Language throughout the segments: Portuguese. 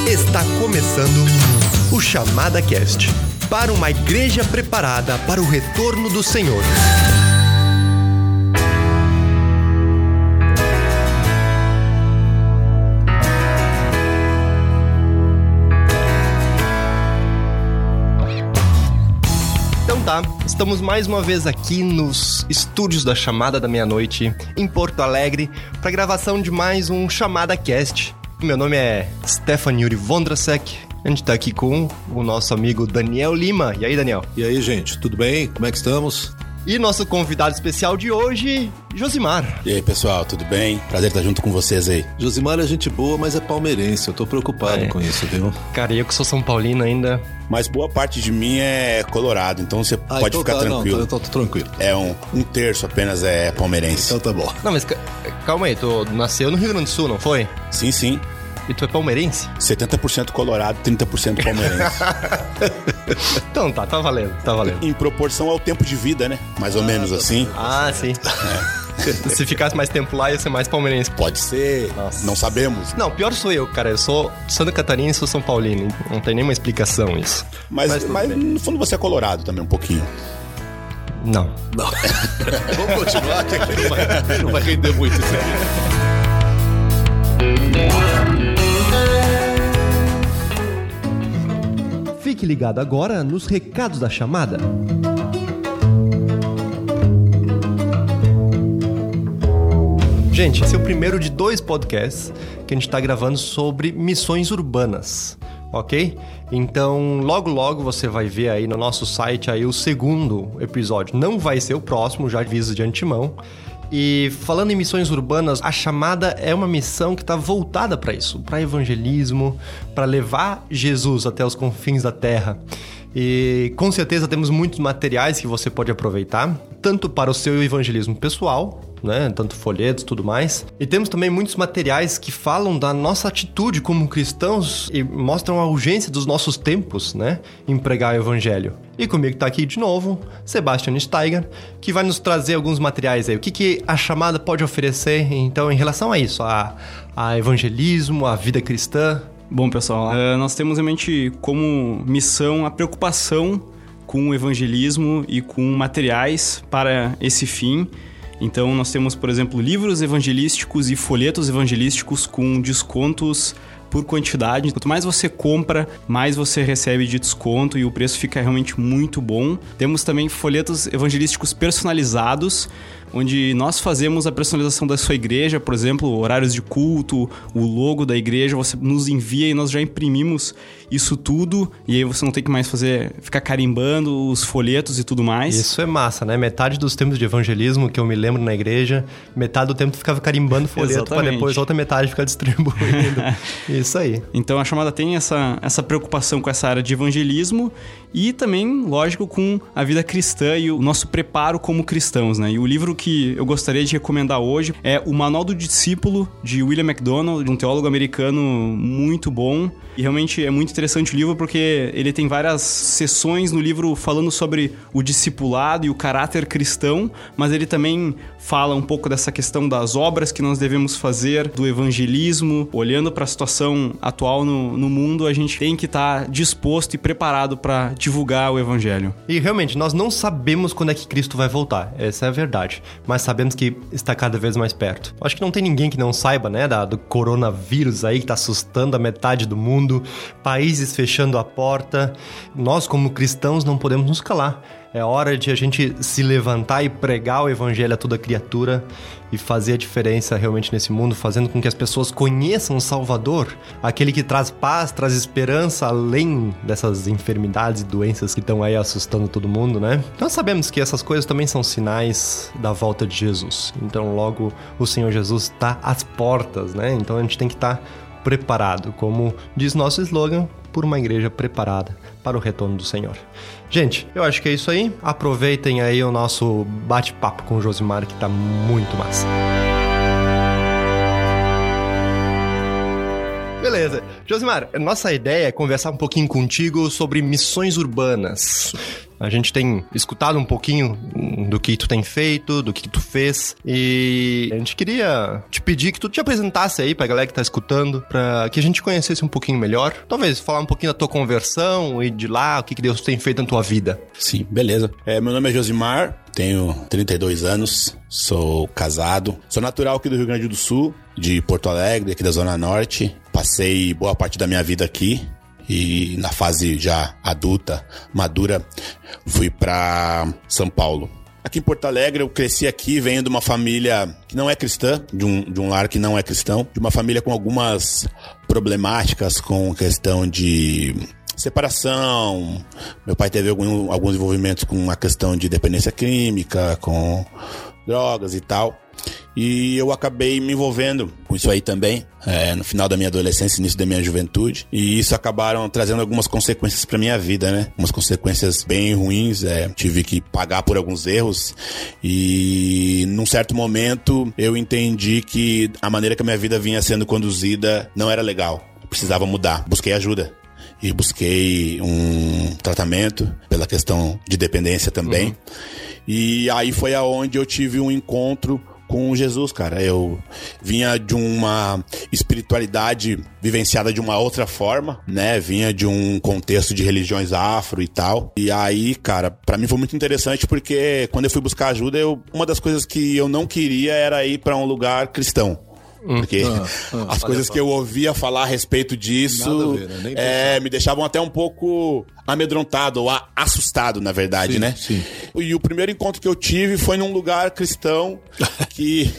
Está começando o Chamada Cast, para uma igreja preparada para o retorno do Senhor. Então tá, estamos mais uma vez aqui nos estúdios da Chamada da Meia-Noite, em Porto Alegre, para a gravação de mais um Chamada Cast. Meu nome é Stefan Yuri Vondrasek. A gente tá aqui com o nosso amigo Daniel Lima. E aí, Daniel? E aí, gente, tudo bem? Como é que estamos? E nosso convidado especial de hoje, Josimar. E aí, pessoal, tudo bem? Prazer estar junto com vocês aí. Josimar é gente boa, mas é palmeirense. Eu tô preocupado com isso, viu? Cara, eu que sou São Paulino ainda. Mas boa parte de mim é colorado, então você pode então ficar tranquilo. Não, eu tô tranquilo. É um terço apenas é palmeirense. Então tá bom. Não, mas calma aí, tu nasceu no Rio Grande do Sul, não foi? Sim. E tu é palmeirense? 70% colorado, 30% palmeirense. Então tá valendo. Em proporção ao tempo de vida, né? Mais ou menos assim. Ah, sim. Se ficasse mais tempo lá, ia ser mais palmeirense. Pode ser, Nossa. Não sabemos. Não, pior sou eu, cara. Eu sou Santa Catarina e sou São Paulino. Não tem nenhuma explicação isso. Mas no fundo você é colorado também um pouquinho. Não. Vamos continuar, que aqui não vai render muito isso aí. Fique ligado agora nos recados da chamada. Gente, esse é o primeiro de 2 podcasts que a gente está gravando sobre missões urbanas, ok? Então, logo você vai ver aí no nosso site aí o segundo episódio. Não vai ser o próximo, já aviso de antemão. E falando em missões urbanas, a chamada é uma missão que está voltada para isso, para evangelismo, para levar Jesus até os confins da terra. E com certeza temos muitos materiais que você pode aproveitar, tanto para o seu evangelismo pessoal, né? Tanto folhetos e tudo mais. E temos também muitos materiais que falam da nossa atitude como cristãos e mostram a urgência dos nossos tempos, né? Em pregar o evangelho. E comigo está aqui de novo, Sebastian Steiger, que vai nos trazer alguns materiais aí. O que a chamada pode oferecer, então, em relação a isso, a evangelismo, a vida cristã. Bom, pessoal, nós temos realmente como missão a preocupação com o evangelismo e com materiais para esse fim. Então, nós temos, por exemplo, livros evangelísticos e folhetos evangelísticos com descontos por quantidade. Quanto mais você compra, mais você recebe de desconto e o preço fica realmente muito bom. Temos também folhetos evangelísticos personalizados, onde nós fazemos a personalização da sua igreja, por exemplo, horários de culto, o logo da igreja, você nos envia e nós já imprimimos isso tudo, e aí você não tem que mais ficar carimbando os folhetos e tudo mais. Isso é massa, né? Metade dos tempos de evangelismo que eu me lembro na igreja, metade do tempo tu ficava carimbando folheto para depois outra metade ficar distribuindo. Isso aí. Então a chamada tem essa preocupação com essa área de evangelismo e também, lógico, com a vida cristã e o nosso preparo como cristãos, né? E o livro que eu gostaria de recomendar hoje é o Manual do Discípulo, de William MacDonald, um teólogo americano muito bom. E realmente é muito interessante o livro porque ele tem várias sessões no livro falando sobre o discipulado e o caráter cristão, mas ele também fala um pouco dessa questão das obras que nós devemos fazer, do evangelismo. Olhando para a situação atual no mundo, a gente tem que estar disposto e preparado para divulgar o evangelho. E realmente, nós não sabemos quando é que Cristo vai voltar, essa é a verdade, mas sabemos que está cada vez mais perto. Acho que não tem ninguém que não saiba, né, do coronavírus aí que está assustando a metade do mundo, países fechando a porta. Nós, como cristãos, não podemos nos calar. É hora de a gente se levantar e pregar o evangelho a toda criatura e fazer a diferença realmente nesse mundo, fazendo com que as pessoas conheçam o Salvador, aquele que traz paz, traz esperança, além dessas enfermidades e doenças que estão aí assustando todo mundo, né? Nós sabemos que essas coisas também são sinais da volta de Jesus. Então, logo, o Senhor Jesus está às portas, né? Então, a gente tem que estar preparado, como diz nosso slogan, por uma igreja preparada para o retorno do Senhor. Gente, eu acho que é isso aí. Aproveitem aí o nosso bate-papo com o Josimar, que tá muito massa. Beleza. Josimar, nossa ideia é conversar um pouquinho contigo sobre missões urbanas. A gente tem escutado um pouquinho do que tu tem feito, do que tu fez, e a gente queria te pedir que tu te apresentasse aí pra galera que tá escutando, pra que a gente conhecesse um pouquinho melhor. Talvez falar um pouquinho da tua conversão e de lá, o que Deus tem feito na tua vida. Sim, beleza. Meu nome é Josimar, tenho 32 anos, sou casado, sou natural aqui do Rio Grande do Sul, de Porto Alegre, aqui da Zona Norte. Passei boa parte da minha vida aqui. E na fase já adulta, madura, fui pra São Paulo. Aqui em Porto Alegre, eu cresci aqui, venho de uma família que não é cristã, de um lar que não é cristão, de uma família com algumas problemáticas com questão de separação. Meu pai teve alguns envolvimentos com a questão de dependência química, com drogas e tal. E eu acabei me envolvendo com isso aí também, no final da minha adolescência, início da minha juventude. E isso acabaram trazendo algumas consequências pra minha vida, né? Umas consequências bem ruins. Tive que pagar por alguns erros. E num certo momento eu entendi que a maneira que a minha vida vinha sendo conduzida não era legal. Precisava mudar. Busquei ajuda. E busquei um tratamento pela questão de dependência também. E aí foi aonde eu tive um encontro com Jesus, cara. Eu vinha de uma espiritualidade vivenciada de uma outra forma, né? Vinha de um contexto de religiões afro e tal. E aí, cara, pra mim foi muito interessante porque quando eu fui buscar ajuda, uma das coisas que eu não queria era ir pra um lugar cristão. Porque as coisas que eu ouvia falar a respeito disso me deixavam até um pouco amedrontado ou assustado, na verdade, sim, né? Sim. E o primeiro encontro que eu tive foi num lugar cristão que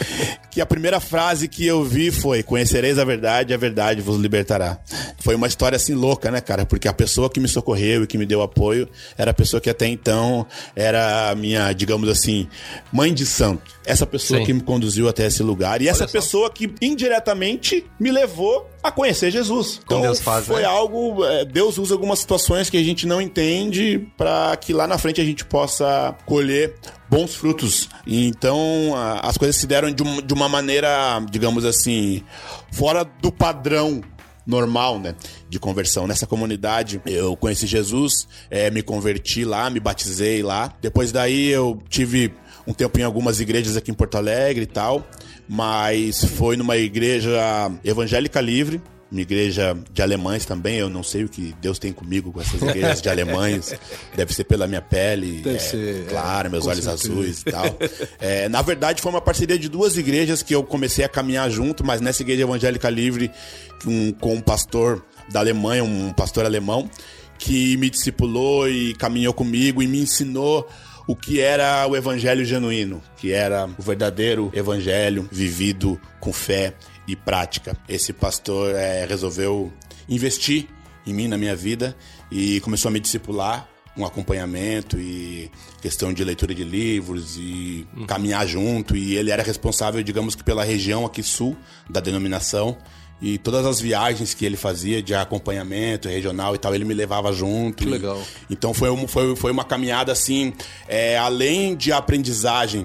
a primeira frase que eu vi foi: conhecereis a verdade vos libertará. Foi uma história assim louca, né, cara? Porque a pessoa que me socorreu e que me deu apoio era a pessoa que até então era a minha, digamos assim, mãe de santo. Essa pessoa sim, que me conduziu até esse lugar. E essa pessoa que indiretamente me levou a conhecer Jesus. Então Deus faz, foi, né? Algo... Deus usa algumas situações que a gente não entende para que lá na frente a gente possa colher bons frutos. Então as coisas se deram de uma maneira, digamos assim, fora do padrão normal, né, de conversão. Nessa comunidade eu conheci Jesus, me converti lá, me batizei lá. Depois daí eu tive um tempo em algumas igrejas aqui em Porto Alegre e tal, mas foi numa igreja evangélica livre, uma igreja de alemães também. Eu não sei o que Deus tem comigo com essas igrejas de alemães. Deve ser pela minha pele, deve ser, claro, meus olhos azuis e tal. Na verdade, foi uma parceria de duas igrejas que eu comecei a caminhar junto, mas nessa igreja evangélica livre, com um pastor da Alemanha, um pastor alemão, que me discipulou e caminhou comigo e me ensinou o que era o evangelho genuíno, que era o verdadeiro evangelho vivido com fé e prática. Esse pastor resolveu investir em mim, na minha vida, e começou a me discipular, um acompanhamento e questão de leitura de livros e caminhar junto. E ele era responsável, digamos que pela região aqui sul da denominação. E todas as viagens que ele fazia de acompanhamento regional e tal, ele me levava junto. Que legal. Então foi uma caminhada assim, além de aprendizagem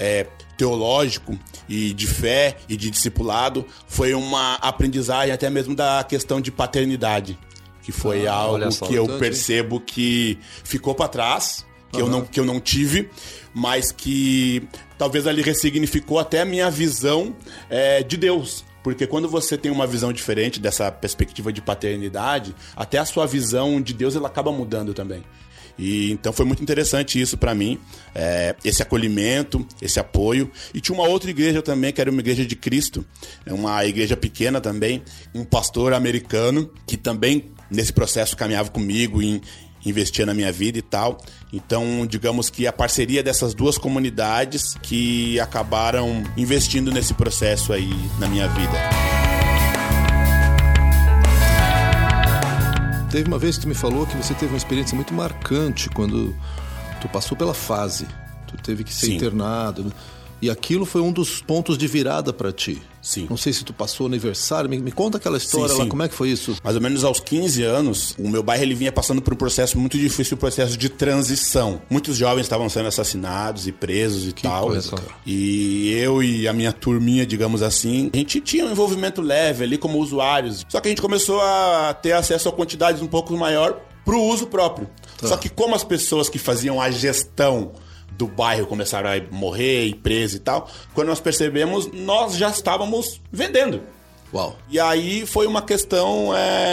teológico e de fé e de discipulado, foi uma aprendizagem até mesmo da questão de paternidade, que foi algo que eu percebo que ficou para trás, que eu não tive, mas que talvez ali ressignificou até a minha visão de Deus. Porque quando você tem uma visão diferente dessa perspectiva de paternidade, até a sua visão de Deus ela acaba mudando também. E então foi muito interessante isso pra mim, esse acolhimento, esse apoio. E tinha uma outra igreja também, que era uma igreja de Cristo, uma igreja pequena também, um pastor americano que também nesse processo caminhava comigo e investia na minha vida e tal. Então, digamos que a parceria dessas duas comunidades que acabaram investindo nesse processo aí na minha vida. Teve uma vez que tu me falou que você teve uma experiência muito marcante quando tu passou pela fase. Tu teve que ser internado. E aquilo foi um dos pontos de virada pra ti. Sim. Não sei se tu passou aniversário, me conta aquela história lá, como é que foi isso? Mais ou menos aos 15 anos, o meu bairro ele vinha passando por um processo muito difícil, um processo de transição. Muitos jovens estavam sendo assassinados e presos e tal. Coisa, cara. E eu e a minha turminha, digamos assim, a gente tinha um envolvimento leve ali como usuários. Só que a gente começou a ter acesso a quantidades um pouco maior pro uso próprio. Só que como as pessoas que faziam a gestão do bairro começaram a morrer e preso e tal, quando nós percebemos, nós já estávamos vendendo. Uau. E aí foi uma questão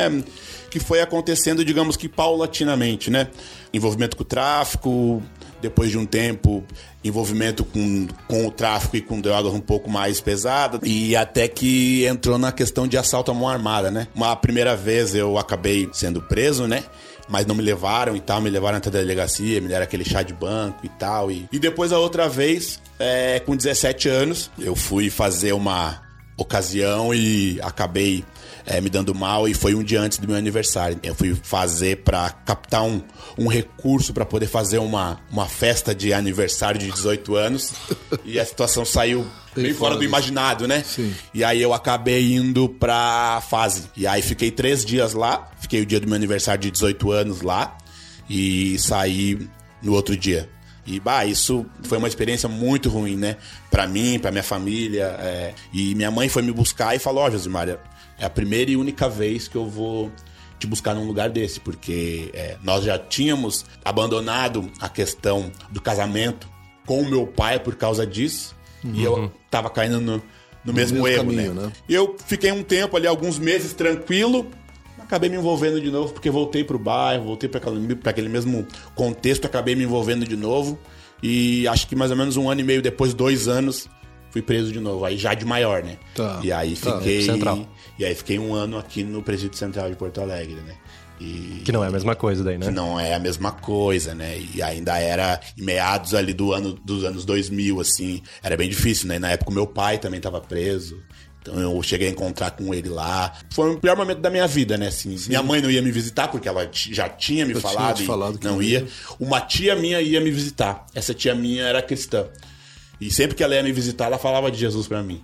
que foi acontecendo, digamos que paulatinamente, né? Envolvimento com o tráfico, depois de um tempo, envolvimento com o tráfico e com drogas um pouco mais pesada, e até que entrou na questão de assalto à mão armada, né? Uma primeira vez eu acabei sendo preso, né? Mas não me levaram e tal, me levaram até a delegacia, me deram aquele chá de banco e tal. E depois a outra vez, com 17 anos, eu fui fazer uma ocasião e acabei me dando mal, e foi um dia antes do meu aniversário. Eu fui fazer para captar um recurso para poder fazer uma festa de aniversário de 18 anos e a situação saiu bem fora do imaginado, né? Sim. E aí eu acabei indo pra fase. E aí fiquei 3 dias lá, fiquei o dia do meu aniversário de 18 anos lá e saí no outro dia. E, isso foi uma experiência muito ruim, né? Pra mim, pra minha família. E minha mãe foi me buscar e falou, Josimar, é a primeira e única vez que eu vou te buscar num lugar desse, porque nós já tínhamos abandonado a questão do casamento com o meu pai por causa disso, e eu tava caindo no mesmo erro, caminho, né? né? E eu fiquei um tempo ali, alguns meses tranquilo, acabei me envolvendo de novo, porque voltei pro bairro, voltei pra aquele mesmo contexto, acabei me envolvendo de novo, e acho que mais ou menos 1 ano e meio depois, 2 anos, fui preso de novo, aí já de maior, né? Tá. E aí Central. fiquei 1 ano aqui no Presídio Central de Porto Alegre, né? Que não é a mesma coisa daí, né? Que não é a mesma coisa, né? E ainda era em meados ali dos anos 2000, assim, era bem difícil, né? Na época o meu pai também estava preso, então eu cheguei a encontrar com ele lá. Foi o pior momento da minha vida, né? Assim, minha mãe não ia me visitar, porque ela já tinha me falado, que não ia. Uma tia minha ia me visitar. Essa tia minha era cristã. E sempre que ela ia me visitar, ela falava de Jesus pra mim.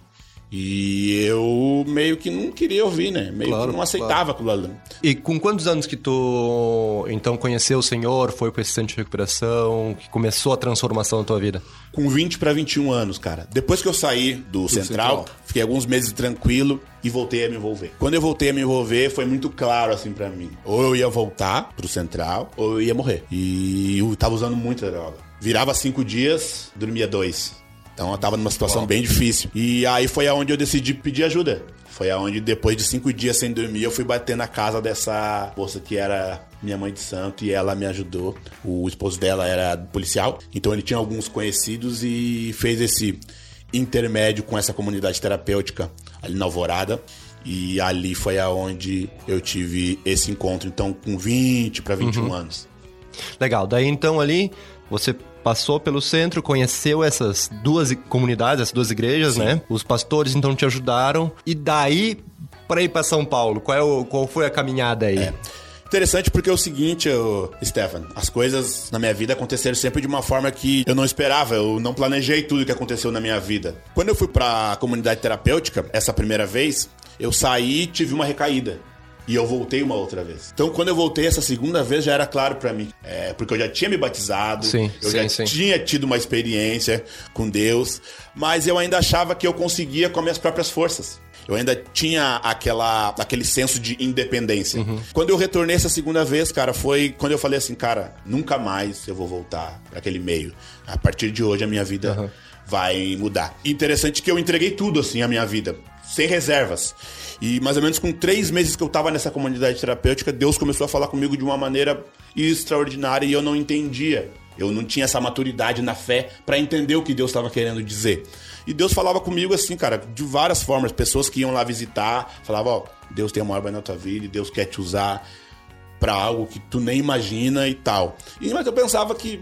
E eu meio que não queria ouvir, né? Que não aceitava aquilo ali. E com quantos anos que tu, então, conheceu o Senhor, foi pro esse centro de recuperação, que começou a transformação na tua vida? Com 20 para 21 anos, cara. Depois que eu saí do Central, fiquei alguns meses tranquilo e voltei a me envolver. Quando eu voltei a me envolver, foi muito claro, assim, pra mim. Ou eu ia voltar pro Central, ou eu ia morrer. E eu tava usando muita droga. Virava 5 dias, dormia 2. Então eu tava numa situação bem difícil. E aí foi aonde eu decidi pedir ajuda. Foi aonde, depois de 5 dias sem dormir, eu fui bater na casa dessa moça que era minha mãe de santo, e ela me ajudou. O esposo dela era policial, então ele tinha alguns conhecidos e fez esse intermédio com essa comunidade terapêutica ali na Alvorada. E ali foi aonde eu tive esse encontro, então com 20 para 21 anos. Legal, daí então ali você passou pelo centro, conheceu essas 2 comunidades, essas 2 igrejas, né? Os pastores então te ajudaram. E daí, para ir para São Paulo, qual foi a caminhada aí? Interessante porque é o seguinte, Stefan, as coisas na minha vida aconteceram sempre de uma forma que eu não esperava, eu não planejei tudo que aconteceu na minha vida. Quando eu fui pra comunidade terapêutica, essa primeira vez, eu saí e tive uma recaída. E eu voltei uma outra vez. Então, quando eu voltei essa segunda vez, já era claro pra mim. Porque eu já tinha me batizado. Eu já tinha tido uma experiência com Deus. Mas eu ainda achava que eu conseguia com as minhas próprias forças. Eu ainda tinha aquele senso de independência. Quando eu retornei essa segunda vez, cara, foi quando eu falei assim, cara, nunca mais eu vou voltar pra aquele meio. A partir de hoje, a minha vida vai mudar. E interessante que eu entreguei tudo, assim, a minha vida. Sem reservas. E mais ou menos com 3 meses que eu tava nessa comunidade terapêutica, Deus começou a falar comigo de uma maneira extraordinária e eu não entendia. Eu não tinha essa maturidade na fé pra entender o que Deus estava querendo dizer. E Deus falava comigo assim, cara, de várias formas. Pessoas que iam lá visitar, falavam, Deus tem uma obra na tua vida e Deus quer te usar pra algo que tu nem imagina e tal. Mas eu pensava que,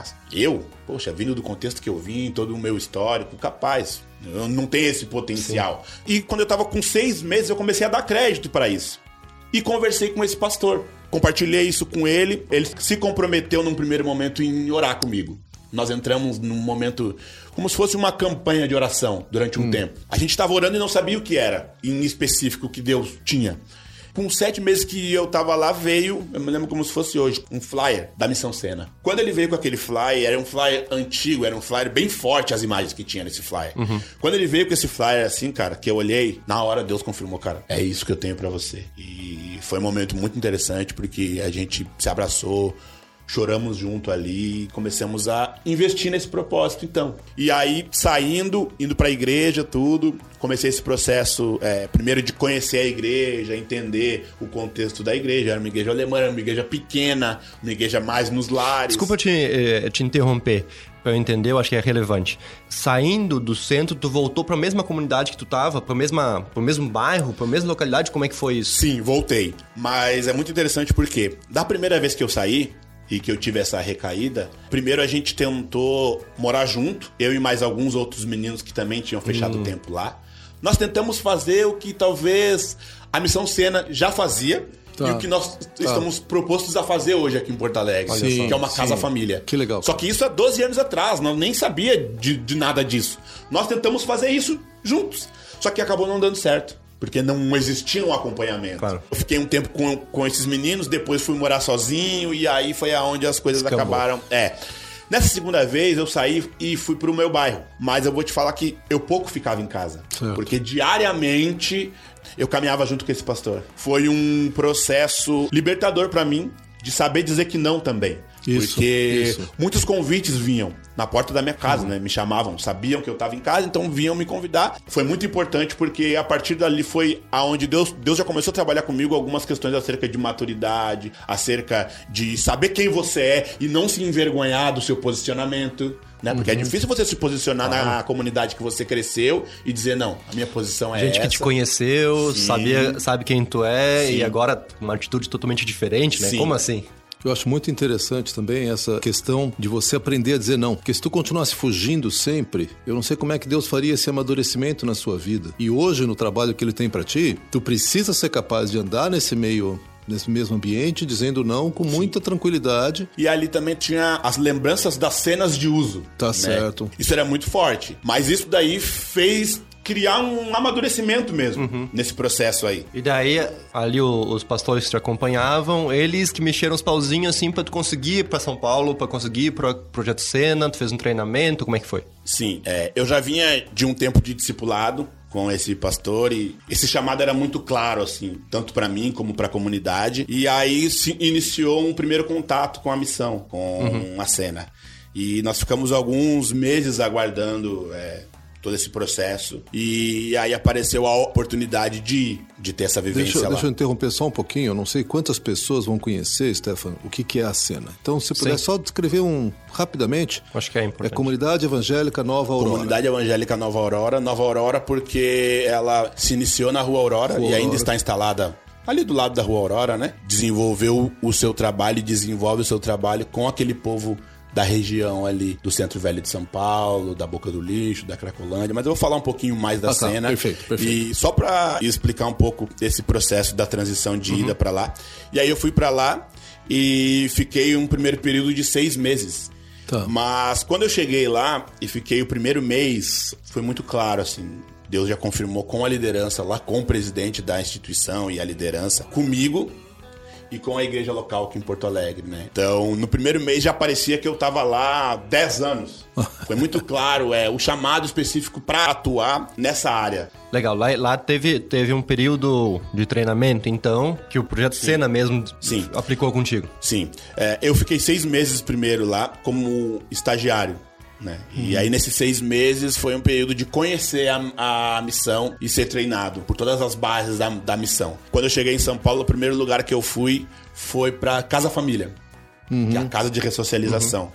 poxa, vindo do contexto que eu vim, todo o meu histórico, capaz, eu não tenho esse potencial. E quando eu tava com 6 meses, eu comecei a dar crédito pra isso. E conversei com esse pastor. Compartilhei isso com ele. Ele se comprometeu num primeiro momento em orar comigo. nós entramos num momento como se fosse uma campanha de oração durante um tempo. A gente estava orando e não sabia o que era, em específico, o que Deus tinha. Com 7 meses que eu tava lá, veio, eu me lembro como se fosse hoje, um flyer da Missão Sena. Quando ele veio com aquele flyer, era um flyer antigo, era um flyer bem forte as imagens que tinha nesse flyer. Quando ele veio com esse flyer assim, cara, que eu olhei, na hora Deus confirmou, cara, é isso que eu tenho pra você. E foi um momento muito interessante, porque a gente se abraçou, choramos junto ali e começamos a investir nesse propósito, então. E aí, indo pra igreja, tudo, comecei esse processo, primeiro de conhecer a igreja, entender o contexto da igreja. Era uma igreja alemã, era uma igreja pequena, uma igreja mais nos lares. Desculpa te interromper. Pra eu entender, eu acho que é relevante. Saindo do centro, tu voltou pra mesma comunidade que tu tava? Pro mesmo bairro? Pra mesma localidade? Como é que foi isso? Sim, voltei. Mas é muito interessante porque, da primeira vez que eu saí, e que eu tive essa recaída, primeiro a gente tentou morar junto, eu e mais alguns outros meninos que também tinham fechado o tempo lá. Nós tentamos fazer o que talvez a Missão Sena já fazia, e o que nós estamos propostos a fazer hoje aqui em Porto Alegre, que é uma casa-família. Que legal. Só que isso há 12 anos atrás, nós nem sabia de nada disso. Nós tentamos fazer isso juntos, só que acabou não dando certo. Porque não existia um acompanhamento. Claro. Eu fiquei um tempo com esses meninos, depois fui morar sozinho, e aí foi aonde as coisas acabaram. Nessa segunda vez eu saí e fui pro meu bairro. Mas eu vou te falar que eu pouco ficava em casa. Certo. Porque diariamente eu caminhava junto com esse pastor. Foi um processo libertador pra mim, de saber dizer que não também. Porque muitos convites vinham na porta da minha casa, né? Me chamavam, sabiam que eu estava em casa, então vinham me convidar. Foi muito importante porque a partir dali foi aonde Deus já começou a trabalhar comigo algumas questões acerca de maturidade, acerca de saber quem você é e não se envergonhar do seu posicionamento, né? Porque é difícil você se posicionar na comunidade que você cresceu e dizer, não, a minha posição é essa. Gente que te conheceu, sabe quem tu é, e agora uma atitude totalmente diferente, né? Como assim? Eu acho muito interessante também essa questão de você aprender a dizer não. Porque se tu continuasse fugindo sempre, eu não sei como é que Deus faria esse amadurecimento na sua vida. E hoje, no trabalho que Ele tem pra ti, tu precisa ser capaz de andar nesse mesmo ambiente, dizendo não com muita tranquilidade. E ali também tinha as lembranças das cenas de uso. Tá, né? Certo. Isso era muito forte. Mas isso daí fez criar um amadurecimento mesmo nesse processo aí. E daí, ali os pastores que te acompanhavam, eles que mexeram os pauzinhos assim pra tu conseguir ir pra São Paulo, pra conseguir ir pro Projeto Sena, tu fez um treinamento, como é que foi? Sim, eu já vinha de um tempo de discipulado com esse pastor e esse chamado era muito claro, assim, tanto pra mim como pra comunidade. E aí se iniciou um primeiro contato com a missão, com a Sena. E nós ficamos alguns meses aguardando todo esse processo. E aí apareceu a oportunidade de ter essa vivência lá. Deixa eu interromper só um pouquinho. Eu não sei quantas pessoas vão conhecer, Stefano, o que é a Sena. Então, se puder só descrever rapidamente. Acho que é importante. É Comunidade Evangélica Nova Aurora. Comunidade Evangélica Nova Aurora. Nova Aurora porque ela se iniciou na Rua Aurora e ainda está instalada ali do lado da Rua Aurora, né? Desenvolveu o seu trabalho e desenvolve o seu trabalho com aquele povo da região ali do Centro Velho de São Paulo, da Boca do Lixo, da Cracolândia, mas eu vou falar um pouquinho mais da Sena. Perfeito. E só pra explicar um pouco desse processo da transição de ida pra lá. E aí eu fui pra lá e fiquei um primeiro período de 6 meses. Tá. Mas quando eu cheguei lá e fiquei o primeiro mês, foi muito claro, assim, Deus já confirmou com a liderança lá, com o presidente da instituição e a liderança, comigo, e com a igreja local aqui em Porto Alegre, né? Então, no primeiro mês já parecia que eu tava lá há 10 anos. Foi muito claro, o chamado específico para atuar nessa área. Legal, lá teve um período de treinamento, então, que o Projeto Sena mesmo aplicou contigo. Sim, eu fiquei 6 meses primeiro lá como estagiário. Né? E aí nesses 6 meses foi um período de conhecer a missão e ser treinado por todas as bases da missão. Quando eu cheguei em São Paulo, o primeiro lugar que eu fui foi pra Casa Família, que é a casa de ressocialização.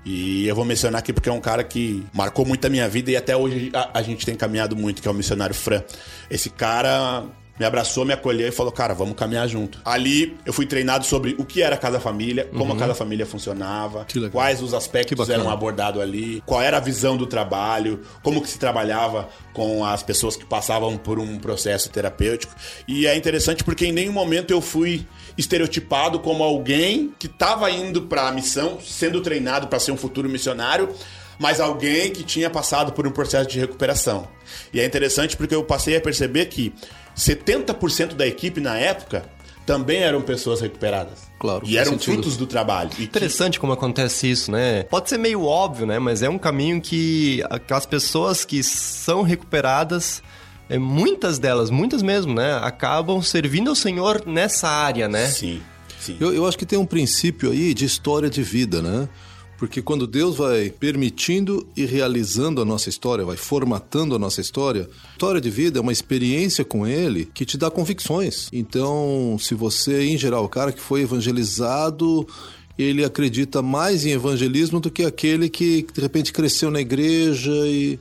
E eu vou mencionar aqui porque é um cara que marcou muito a minha vida e até hoje a gente tem caminhado muito, que é o missionário Fran. Esse cara me abraçou, me acolheu e falou, cara, vamos caminhar junto. Ali eu fui treinado sobre o que era Casa Família, como a Casa Família funcionava, quais os aspectos eram abordados ali, qual era a visão do trabalho, como que se trabalhava com as pessoas que passavam por um processo terapêutico. E é interessante porque em nenhum momento eu fui estereotipado como alguém que estava indo para a missão, sendo treinado para ser um futuro missionário, mas alguém que tinha passado por um processo de recuperação. E é interessante porque eu passei a perceber que 70% da equipe na época também eram pessoas recuperadas. Claro. E eram frutos do trabalho. Interessante como acontece isso, né? Pode ser meio óbvio, né? Mas é um caminho que aquelas pessoas que são recuperadas, muitas delas, muitas mesmo, né? Acabam servindo ao Senhor nessa área, né? Sim, sim. Eu acho que tem um princípio aí de história de vida, né? Porque quando Deus vai permitindo e realizando a nossa história, vai formatando a nossa história de vida é uma experiência com Ele que te dá convicções. Então, se você, em geral, o cara que foi evangelizado, ele acredita mais em evangelismo do que aquele que, de repente, cresceu na igreja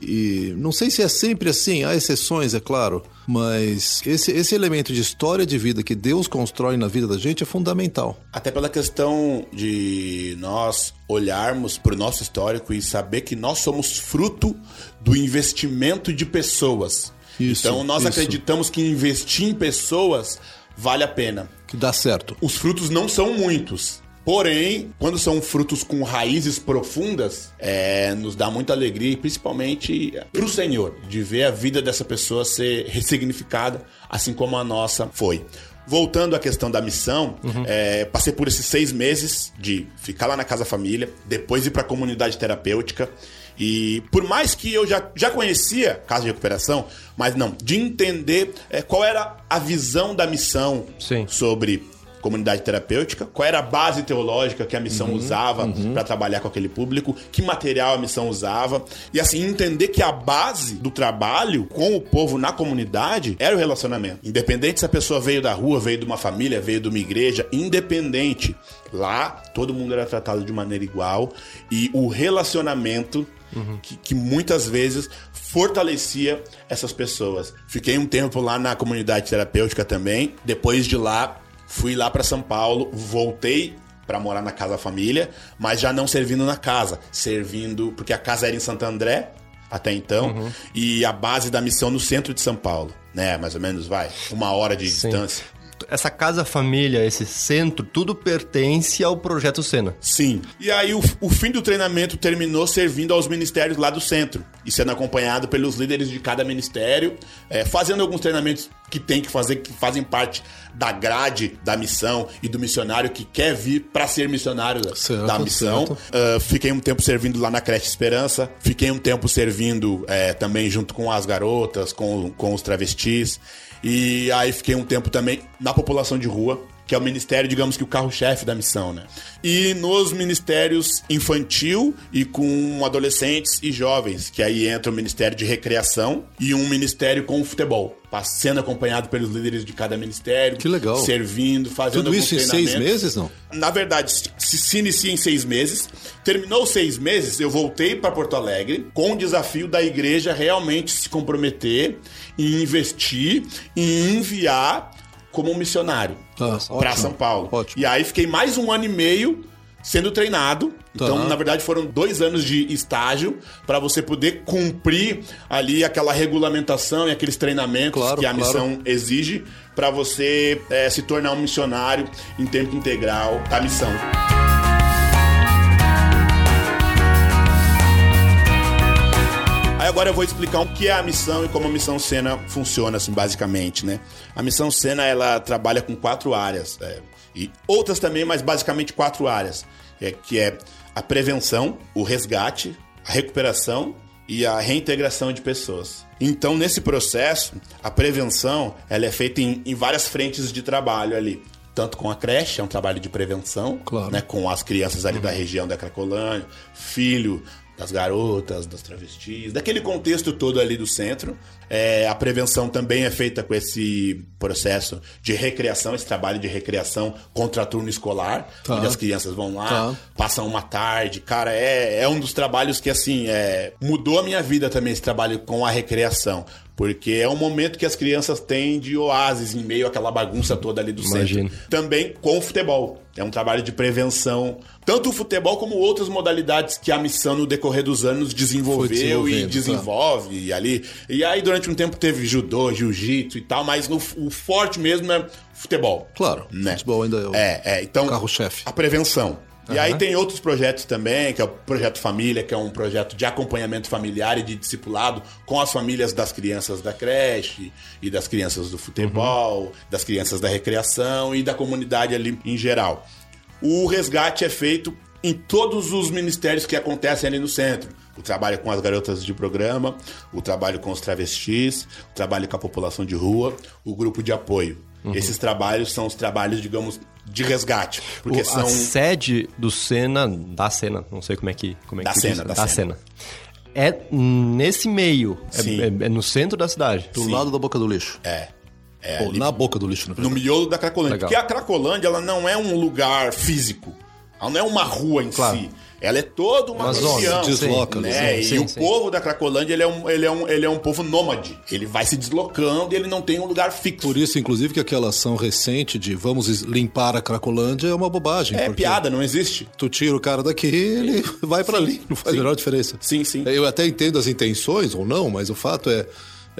e não sei se é sempre assim, há exceções, é claro, mas esse elemento de história de vida que Deus constrói na vida da gente é fundamental. Até pela questão de nós olharmos para o nosso histórico e saber que nós somos fruto do investimento de pessoas. Então, nós acreditamos que investir em pessoas vale a pena. Que dá certo. Os frutos não são muitos. Porém, quando são frutos com raízes profundas, nos dá muita alegria, principalmente para o Senhor, de ver a vida dessa pessoa ser ressignificada, assim como a nossa foi. Voltando à questão da missão, passei por esses 6 meses de ficar lá na Casa Família, depois ir para a comunidade terapêutica. E por mais que eu já conhecia Casa de Recuperação, mas não, de entender qual era a visão da missão sobre comunidade terapêutica, qual era a base teológica que a missão usava para trabalhar com aquele público, que material a missão usava, e assim, entender que a base do trabalho com o povo na comunidade era o relacionamento. Independente se a pessoa veio da rua, veio de uma família, veio de uma igreja, independente. Lá, todo mundo era tratado de maneira igual, e o relacionamento que muitas vezes fortalecia essas pessoas. Fiquei um tempo lá na comunidade terapêutica também. Depois de lá, fui lá para São Paulo, voltei para morar na Casa Família, mas já não servindo na casa, servindo, porque a casa era em Santo André até então, e a base da missão no centro de São Paulo, né? Mais ou menos, 1 hora de distância. Essa Casa Família, esse centro, tudo pertence ao Projeto Sena. Sim. E aí o fim do treinamento terminou servindo aos ministérios lá do centro e sendo acompanhado pelos líderes de cada ministério, fazendo alguns treinamentos que tem que fazer, que fazem parte da grade da missão e do missionário que quer vir para ser missionário da missão. Fiquei um tempo servindo lá na Creche Esperança, fiquei um tempo servindo também junto com as garotas, com os travestis. E aí fiquei um tempo também na população de rua, que é o ministério, digamos que o carro-chefe da missão, né? E nos ministérios infantil e com adolescentes e jovens, que aí entra o ministério de recreação e um ministério com futebol, sendo acompanhado pelos líderes de cada ministério. Que legal. Servindo, fazendo tudo isso em 6 meses, não? Na verdade, se inicia em 6 meses. Terminou 6 meses, eu voltei para Porto Alegre com o desafio da igreja realmente se comprometer e investir e enviar como um missionário para São Paulo. Ótimo. E aí fiquei mais 1 ano e meio sendo treinado. Então, na verdade, foram 2 anos de estágio para você poder cumprir ali aquela regulamentação e aqueles treinamentos que a missão exige para você se tornar um missionário em tempo integral da missão. Aí agora eu vou explicar o que é a missão e como a Missão Sena funciona, assim, basicamente, né? A Missão Sena, ela trabalha com 4 áreas, e outras também, mas basicamente 4 áreas, que é a prevenção, o resgate, a recuperação e a reintegração de pessoas. Então, nesse processo, a prevenção, ela é feita em várias frentes de trabalho ali. Tanto com a creche, é um trabalho de prevenção, né, com as crianças ali da região da Cracolândia, filho das garotas, das travestis, daquele contexto todo ali do centro. A prevenção também é feita com esse processo de recreação, esse trabalho de recreação contra turno escolar, onde as crianças vão lá, passam uma tarde. Cara, é um dos trabalhos que, assim, mudou a minha vida também, esse trabalho com a recreação. Porque é um momento que as crianças têm de oásis em meio àquela bagunça toda ali do centro. Também com o futebol. É um trabalho de prevenção. Tanto o futebol como outras modalidades que a missão no decorrer dos anos desenvolveu e desenvolve ali. E aí durante um tempo teve judô, jiu-jitsu e tal, mas o forte mesmo é futebol. Claro, né? Futebol ainda é o então, carro-chefe. A prevenção. E aí tem outros projetos também, que é o Projeto Família, que é um projeto de acompanhamento familiar e de discipulado com as famílias das crianças da creche e das crianças do futebol, das crianças da recreação e da comunidade ali em geral. O resgate é feito em todos os ministérios que acontecem ali no centro. O trabalho com as garotas de programa, o trabalho com os travestis, o trabalho com a população de rua, o grupo de apoio. Esses trabalhos são os trabalhos, digamos, de resgate. Porque a sede do Sena, da Sena, não sei como é que da Sena. É nesse meio, é no centro da cidade. Do lado da boca do lixo. Ou na boca do lixo, no miolo da Cracolândia. Legal. Porque a Cracolândia, ela não é um lugar físico. Ela não é uma rua em si. Ela é toda uma região, desloca, né? E o povo da Cracolândia, ele é um povo nômade. Ele vai se deslocando e ele não tem um lugar fixo. Por isso, inclusive, que aquela ação recente de vamos limpar a Cracolândia é uma bobagem. É piada, não existe. Tu tira o cara daqui, ele vai pra ali. Não faz a menor diferença. Sim. Eu até entendo as intenções ou não, mas o fato é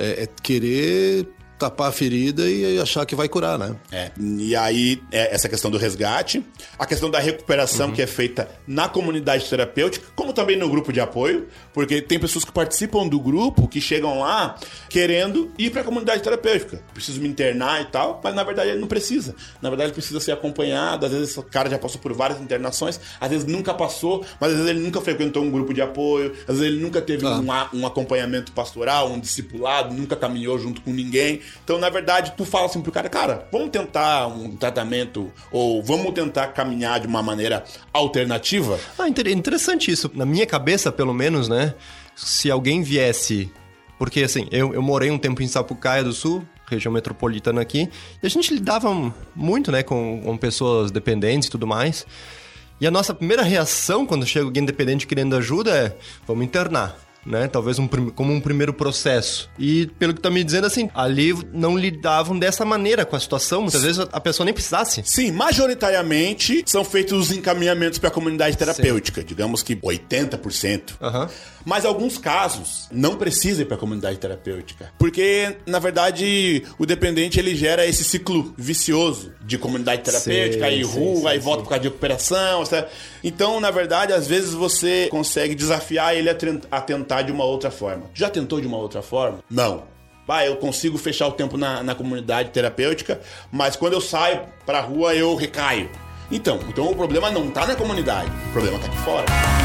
querer tapar a ferida e achar que vai curar, né? E aí, essa questão do resgate, a questão da recuperação que é feita na comunidade terapêutica, como também no grupo de apoio, porque tem pessoas que participam do grupo, que chegam lá querendo ir para a comunidade terapêutica. Preciso me internar e tal, mas na verdade ele não precisa. Na verdade ele precisa ser acompanhado, às vezes o cara já passou por várias internações, às vezes nunca passou, mas às vezes ele nunca frequentou um grupo de apoio, às vezes ele nunca teve um acompanhamento pastoral, um discipulado, nunca caminhou junto com ninguém. Então, na verdade, tu fala assim pro cara, vamos tentar um tratamento ou vamos tentar caminhar de uma maneira alternativa? Interessante isso. Na minha cabeça, pelo menos, né? Se alguém viesse... Porque, assim, eu morei um tempo em Sapucaia do Sul, região metropolitana aqui, e a gente lidava muito, né, com pessoas dependentes e tudo mais. E a nossa primeira reação quando chega alguém dependente querendo ajuda é, vamos internar. Né? Talvez como um primeiro processo. E pelo que tá me dizendo, assim, ali não lidavam dessa maneira com a situação. Muitas vezes a pessoa nem precisasse. Sim, majoritariamente são feitos os encaminhamentos para a comunidade terapêutica. Digamos que 80%. Mas alguns casos não precisa ir para a comunidade terapêutica. Porque, na verdade, o dependente ele gera esse ciclo vicioso de comunidade terapêutica, aí rua, aí volta por causa de recuperação. Sabe? Então, na verdade, às vezes você consegue desafiar ele a tentar de uma outra forma. Já tentou de uma outra forma? Não. Eu consigo fechar o tempo na comunidade terapêutica, mas quando eu saio pra rua eu recaio. Então o problema não tá na comunidade, o problema tá aqui fora.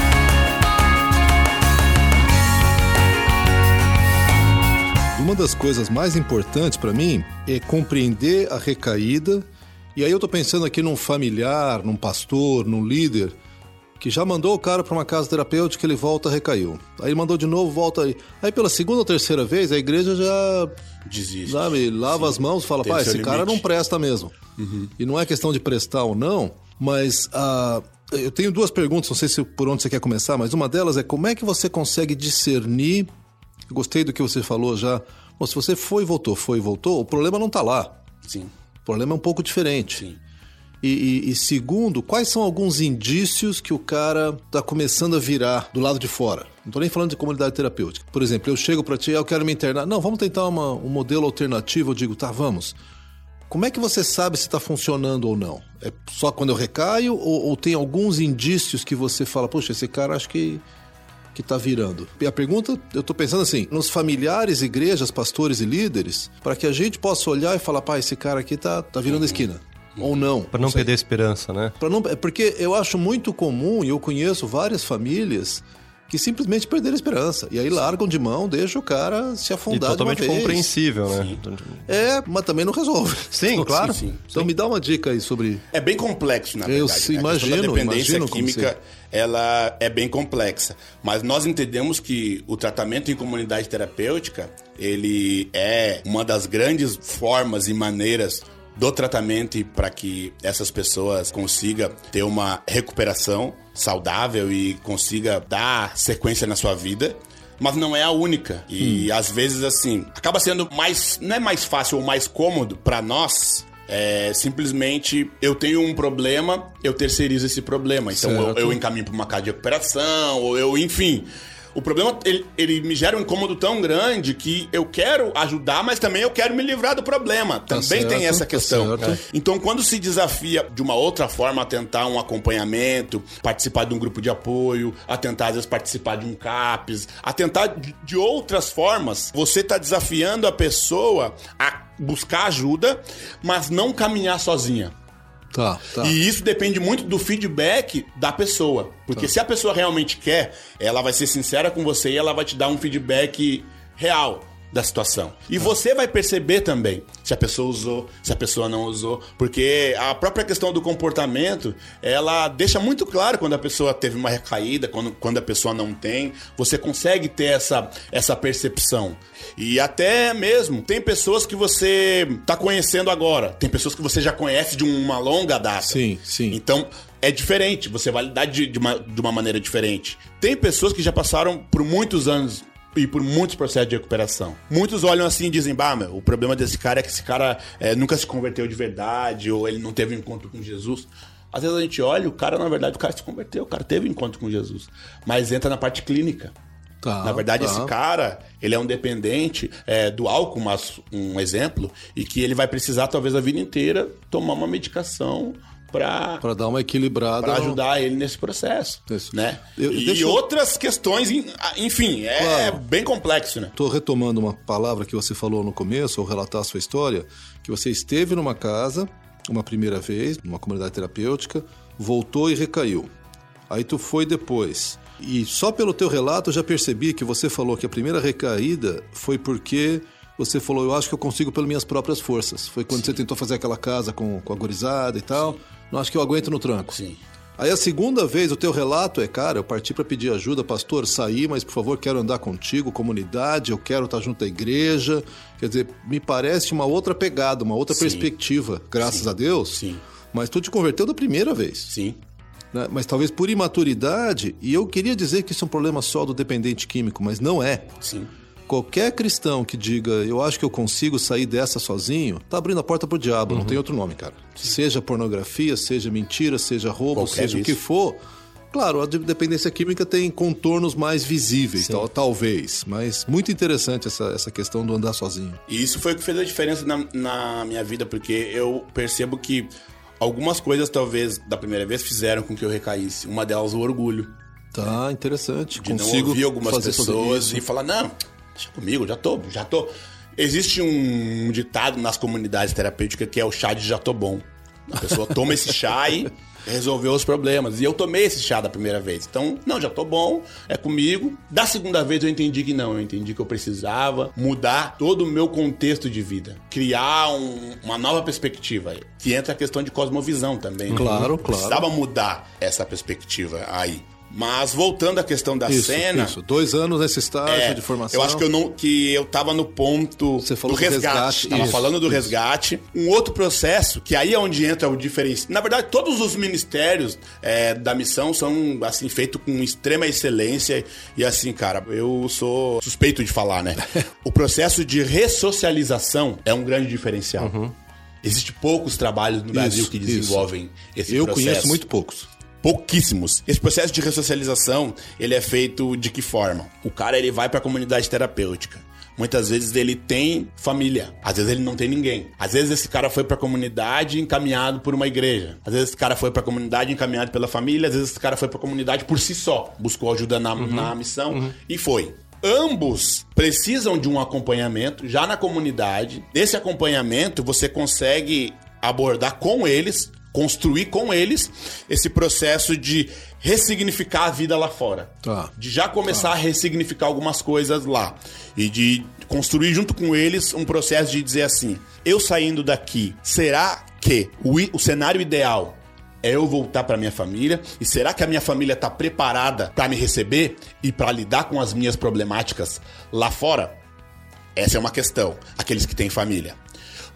Uma das coisas mais importantes pra mim é compreender a recaída. E aí eu tô pensando aqui num familiar, num pastor, num líder que já mandou o cara para uma casa terapêutica, ele volta, recaiu. Aí mandou de novo, volta aí. Aí pela segunda ou terceira vez, a igreja já desiste. Sabe, lava as mãos e fala, esse cara não presta mesmo. E não é questão de prestar ou não, mas eu tenho duas perguntas, não sei se por onde você quer começar, mas uma delas é como é que você consegue discernir, eu gostei do que você falou já, se você foi e voltou, o problema não tá lá. Sim. O problema é um pouco diferente. Sim. E segundo, quais são alguns indícios que o cara tá começando a virar do lado de fora? Não tô nem falando de comunidade terapêutica. Por exemplo, eu chego pra ti, eu quero me internar. Não, vamos tentar um modelo alternativo. Eu digo, vamos. Como é que você sabe se tá funcionando ou não? É só quando eu recaio ou tem alguns indícios que você fala, poxa, esse cara acho que tá virando? E a pergunta, eu tô pensando assim, nos familiares, igrejas, pastores e líderes, para que a gente possa olhar e falar, esse cara aqui tá virando a esquina. Ou não. Para não perder a esperança, né? Porque eu acho muito comum, e eu conheço várias famílias que simplesmente perderam a esperança. E aí largam de mão, deixam o cara se afundar de uma vez. Totalmente compreensível, né? Mas também não resolve. Sim, claro. Sim. Então me dá uma dica aí sobre... É bem complexo, na verdade. Eu imagino. A dependência química, ela é bem complexa. Mas nós entendemos que o tratamento em comunidade terapêutica, ele é uma das grandes formas e maneiras do tratamento e para que essas pessoas consigam ter uma recuperação saudável e consiga dar sequência na sua vida. mas não é a única. E às vezes, assim, acaba sendo mais... Não é mais fácil ou mais cômodo pra nós... simplesmente eu tenho um problema, eu terceirizo esse problema. Então eu encaminho pra uma casa de recuperação, ou eu, enfim... O problema, ele me gera um incômodo tão grande que eu quero ajudar, mas também eu quero me livrar do problema. Também tem essa questão. Então, quando se desafia de uma outra forma a tentar um acompanhamento, participar de um grupo de apoio, a tentar, às vezes, participar de um CAPS, a tentar de outras formas, você está desafiando a pessoa a buscar ajuda, mas não caminhar sozinha. Tá. E isso depende muito do feedback da pessoa. Porque se a pessoa realmente quer, ela vai ser sincera com você e ela vai te dar um feedback real da situação. E você vai perceber também se a pessoa usou, se a pessoa não usou. Porque a própria questão do comportamento, ela deixa muito claro quando a pessoa teve uma recaída, quando a pessoa não tem. Você consegue ter essa percepção. E até mesmo, tem pessoas que você está conhecendo agora. Tem pessoas que você já conhece de uma longa data. Sim. Então, é diferente. Você vai lidar de uma maneira diferente. Tem pessoas que já passaram por muitos anos e por muitos processos de recuperação. Muitos olham assim e dizem, o problema desse cara é que esse cara nunca se converteu de verdade, ou ele não teve um encontro com Jesus. Às vezes a gente olha, o cara se converteu, o cara teve um encontro com Jesus. Mas entra na parte clínica. Na verdade, esse cara, ele é um dependente do álcool, mas um exemplo, e que ele vai precisar, talvez, a vida inteira tomar uma medicação para dar uma equilibrada, para ajudar ele nesse processo, né? Outras questões, enfim, bem complexo, né? Tô retomando uma palavra que você falou no começo, ao relatar a sua história, que você esteve numa casa, uma primeira vez, numa comunidade terapêutica, voltou e recaiu. Aí tu foi depois. E só pelo teu relato eu já percebi que você falou que a primeira recaída foi porque você falou, eu acho que eu consigo pelas minhas próprias forças. Foi quando você tentou fazer aquela casa com a gurizada e tal. Não acho que eu aguento no tranco. Sim. Aí a segunda vez, o teu relato é, cara, eu parti para pedir ajuda, pastor, saí, mas por favor, quero andar contigo, comunidade, eu quero estar junto à igreja. Quer dizer, me parece uma outra pegada, uma outra perspectiva, graças a Deus. Sim. Mas tu te converteu da primeira vez. Sim. Né? Mas talvez por imaturidade, e eu queria dizer que isso é um problema só do dependente químico, mas não é. Sim. Qualquer cristão que diga, eu acho que eu consigo sair dessa sozinho, tá abrindo a porta pro diabo, não tem outro nome, cara. Sim. Seja pornografia, seja mentira, seja roubo, qualquer seja o que for. Claro, a dependência química tem contornos mais visíveis, talvez. Mas muito interessante essa questão do andar sozinho. E isso foi o que fez a diferença na minha vida, porque eu percebo que algumas coisas, talvez, da primeira vez, fizeram com que eu recaísse. Uma delas, o orgulho. Tá, interessante. De não ouvir algumas pessoas e falar, não, deixa comigo, já tô. Existe um ditado nas comunidades terapêuticas que é o chá de já tô bom. A pessoa toma esse chá e resolveu os problemas. E eu tomei esse chá da primeira vez. Então, não, já tô bom, é comigo. Da segunda vez eu entendi que não. Eu entendi que eu precisava mudar todo o meu contexto de vida. Criar uma nova perspectiva. Que entra a questão de cosmovisão também. Claro. Precisava mudar essa perspectiva aí. Mas voltando à questão da cena... Isso, 2 anos nesse estágio de formação. Eu acho que eu tava no ponto do resgate. Tava falando do resgate. Um outro processo, que aí é onde entra o diferencial. Na verdade, todos os ministérios da missão são, assim, feitos com extrema excelência. E assim, cara, eu sou suspeito de falar, né? O processo de ressocialização é um grande diferencial. Existem poucos trabalhos no Brasil que desenvolvem esse processo. Eu conheço muito poucos. Pouquíssimos. Esse processo de ressocialização, ele é feito de que forma? O cara, ele vai para a comunidade terapêutica. Muitas vezes ele tem família. Às vezes ele não tem ninguém. Às vezes esse cara foi para a comunidade encaminhado por uma igreja. Às vezes esse cara foi para a comunidade encaminhado pela família. Às vezes esse cara foi para a comunidade por si só. Buscou ajuda na missão e foi. Ambos precisam de um acompanhamento já na comunidade. Nesse acompanhamento, você consegue abordar com eles, construir com eles esse processo de ressignificar a vida lá fora. De já começar a ressignificar algumas coisas lá. E de construir junto com eles um processo de dizer assim, eu saindo daqui, será que o cenário ideal é eu voltar para minha família? E será que a minha família está preparada para me receber e para lidar com as minhas problemáticas lá fora? Essa é uma questão. Aqueles que têm família.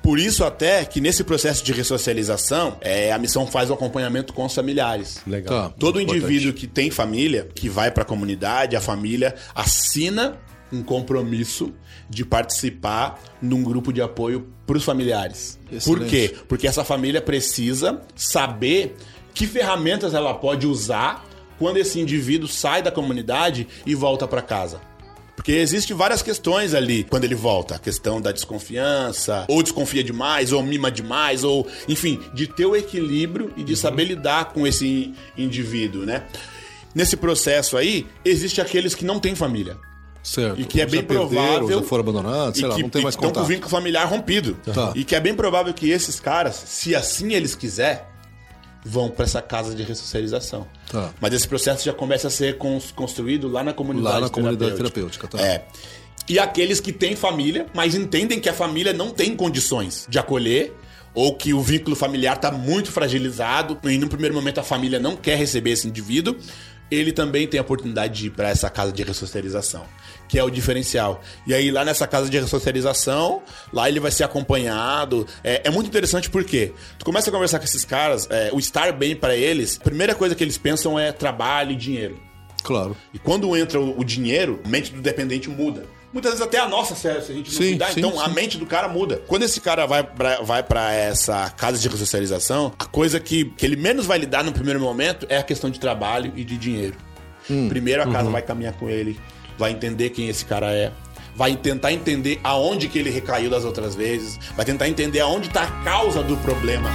Por isso até que nesse processo de ressocialização, a missão faz o acompanhamento com os familiares. Legal. Tá. Todo indivíduo que tem família, que vai para a comunidade, a família assina um compromisso de participar num grupo de apoio para os familiares. Excelente. Por quê? Porque essa família precisa saber que ferramentas ela pode usar quando esse indivíduo sai da comunidade e volta para casa. Porque existem várias questões ali quando ele volta. A questão da desconfiança, ou desconfia demais, ou mima demais, ou, enfim, de ter o equilíbrio e de saber lidar com esse indivíduo, né? Nesse processo aí, existe aqueles que não têm família. Certo. E que é Ou bem já perderam, provável... ou já foram abandonados, sei lá, não tem mais estão com o contato. vínculo familiar rompido. Tá. E que é bem provável que esses caras, se assim eles quiserem, vão para essa casa de ressocialização. Tá. Mas esse processo já começa a ser construído lá na comunidade Lá na comunidade terapêutica, tá. E aqueles que têm família, mas entendem que a família não tem condições de acolher, ou que o vínculo familiar está muito fragilizado, e no primeiro momento a família não quer receber esse indivíduo, ele também tem a oportunidade de ir para essa casa de ressocialização, que é o diferencial. E aí lá nessa casa de ressocialização, lá ele vai ser acompanhado. É muito interessante porque tu começa a conversar com esses caras, o estar bem para eles, a primeira coisa que eles pensam é trabalho e dinheiro. Claro. E quando entra o dinheiro, a mente do dependente muda. Muitas vezes até a nossa, se a gente não cuidar, então a mente do cara muda. Quando esse cara vai pra essa casa de ressocialização, a coisa que ele menos vai lidar no primeiro momento é a questão de trabalho e de dinheiro. Primeiro a casa vai caminhar com ele, vai entender quem esse cara é, vai tentar entender aonde que ele recaiu das outras vezes, vai tentar entender aonde está a causa do problema.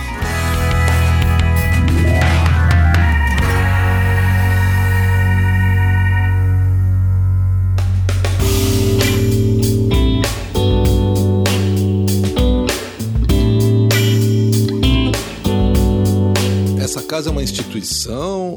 Essa casa é uma instituição,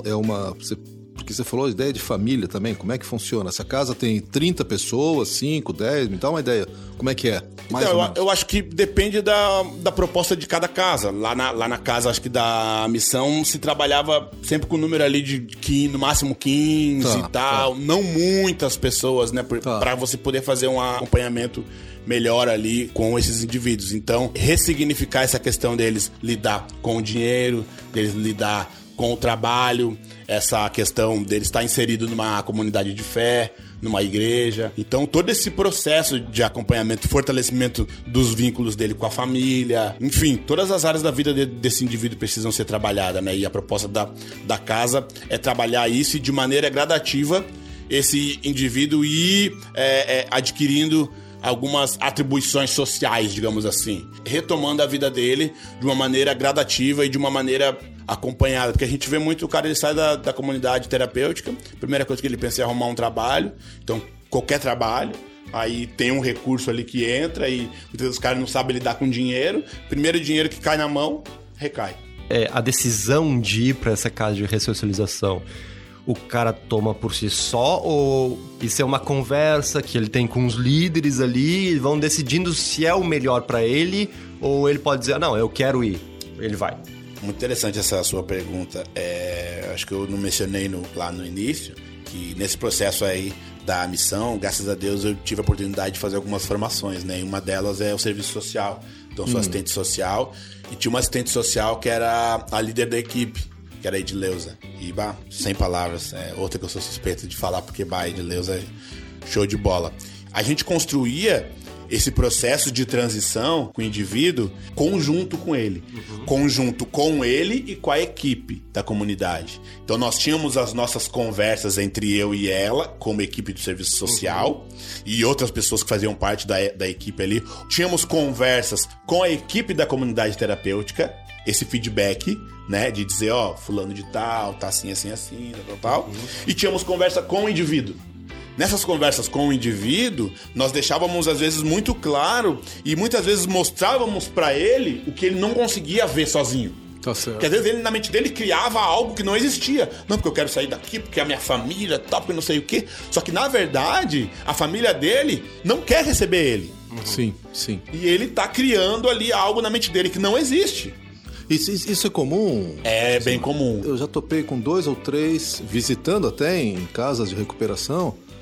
porque você falou a ideia de família também, como é que funciona? Essa casa tem 30 pessoas, 5, 10, me dá uma ideia, como é que é? Mais ou menos. Eu acho que depende da proposta de cada casa. Lá na casa, acho que da missão, se trabalhava sempre com o número ali de no máximo 15 e tal, não muitas pessoas, né, para você poder fazer um acompanhamento melhor ali com esses indivíduos. Então, ressignificar essa questão deles lidar com o dinheiro, deles lidar com o trabalho, essa questão deles estar inserido numa comunidade de fé, numa igreja. Então, todo esse processo de acompanhamento, fortalecimento dos vínculos dele com a família, enfim, todas as áreas da vida desse indivíduo precisam ser trabalhadas, né? E a proposta da casa é trabalhar isso e de maneira gradativa esse indivíduo ir adquirindo algumas atribuições sociais, digamos assim, retomando a vida dele de uma maneira gradativa e de uma maneira acompanhada, porque a gente vê muito o cara, ele sai da comunidade terapêutica, a primeira coisa que ele pensa é arrumar um trabalho, então qualquer trabalho, aí tem um recurso ali que entra e muitas vezes os caras não sabem lidar com dinheiro, primeiro dinheiro que cai na mão, recai. A decisão de ir para essa casa de ressocialização, o cara toma por si só, ou isso é uma conversa que ele tem com os líderes ali e vão decidindo se é o melhor para ele, ou ele pode dizer, não, eu quero ir, ele vai. Muito interessante essa sua pergunta. Acho que eu não mencionei lá no início, que nesse processo aí da missão, graças a Deus, eu tive a oportunidade de fazer algumas formações, né? E uma delas é o serviço social. Então, sou assistente social, e tinha uma assistente social que era a líder da equipe, que era a Edileuza. E, sem palavras, outra que eu sou suspeito de falar, porque a Edileuza é show de bola. A gente construía esse processo de transição com o indivíduo conjunto com ele. Conjunto com ele e com a equipe da comunidade. Então nós tínhamos as nossas conversas entre eu e ela, como equipe do serviço social, e outras pessoas que faziam parte da equipe ali. Tínhamos conversas com a equipe da comunidade terapêutica, esse feedback, né, de dizer, fulano de tal, tá assim, assim, assim, tal. E tínhamos conversa com o indivíduo. Nessas conversas com o indivíduo, nós deixávamos às vezes muito claro e muitas vezes mostrávamos para ele o que ele não conseguia ver sozinho. Tá certo. Porque às vezes na mente dele criava algo que não existia. Não, porque eu quero sair daqui, porque a minha família, tal, porque não sei o quê. Só que na verdade, a família dele não quer receber ele. Sim, sim. E ele tá criando ali algo na mente dele que não existe. Isso é comum? É bem comum. Eu já topei com 2 ou 3, visitando até em casas de recuperação,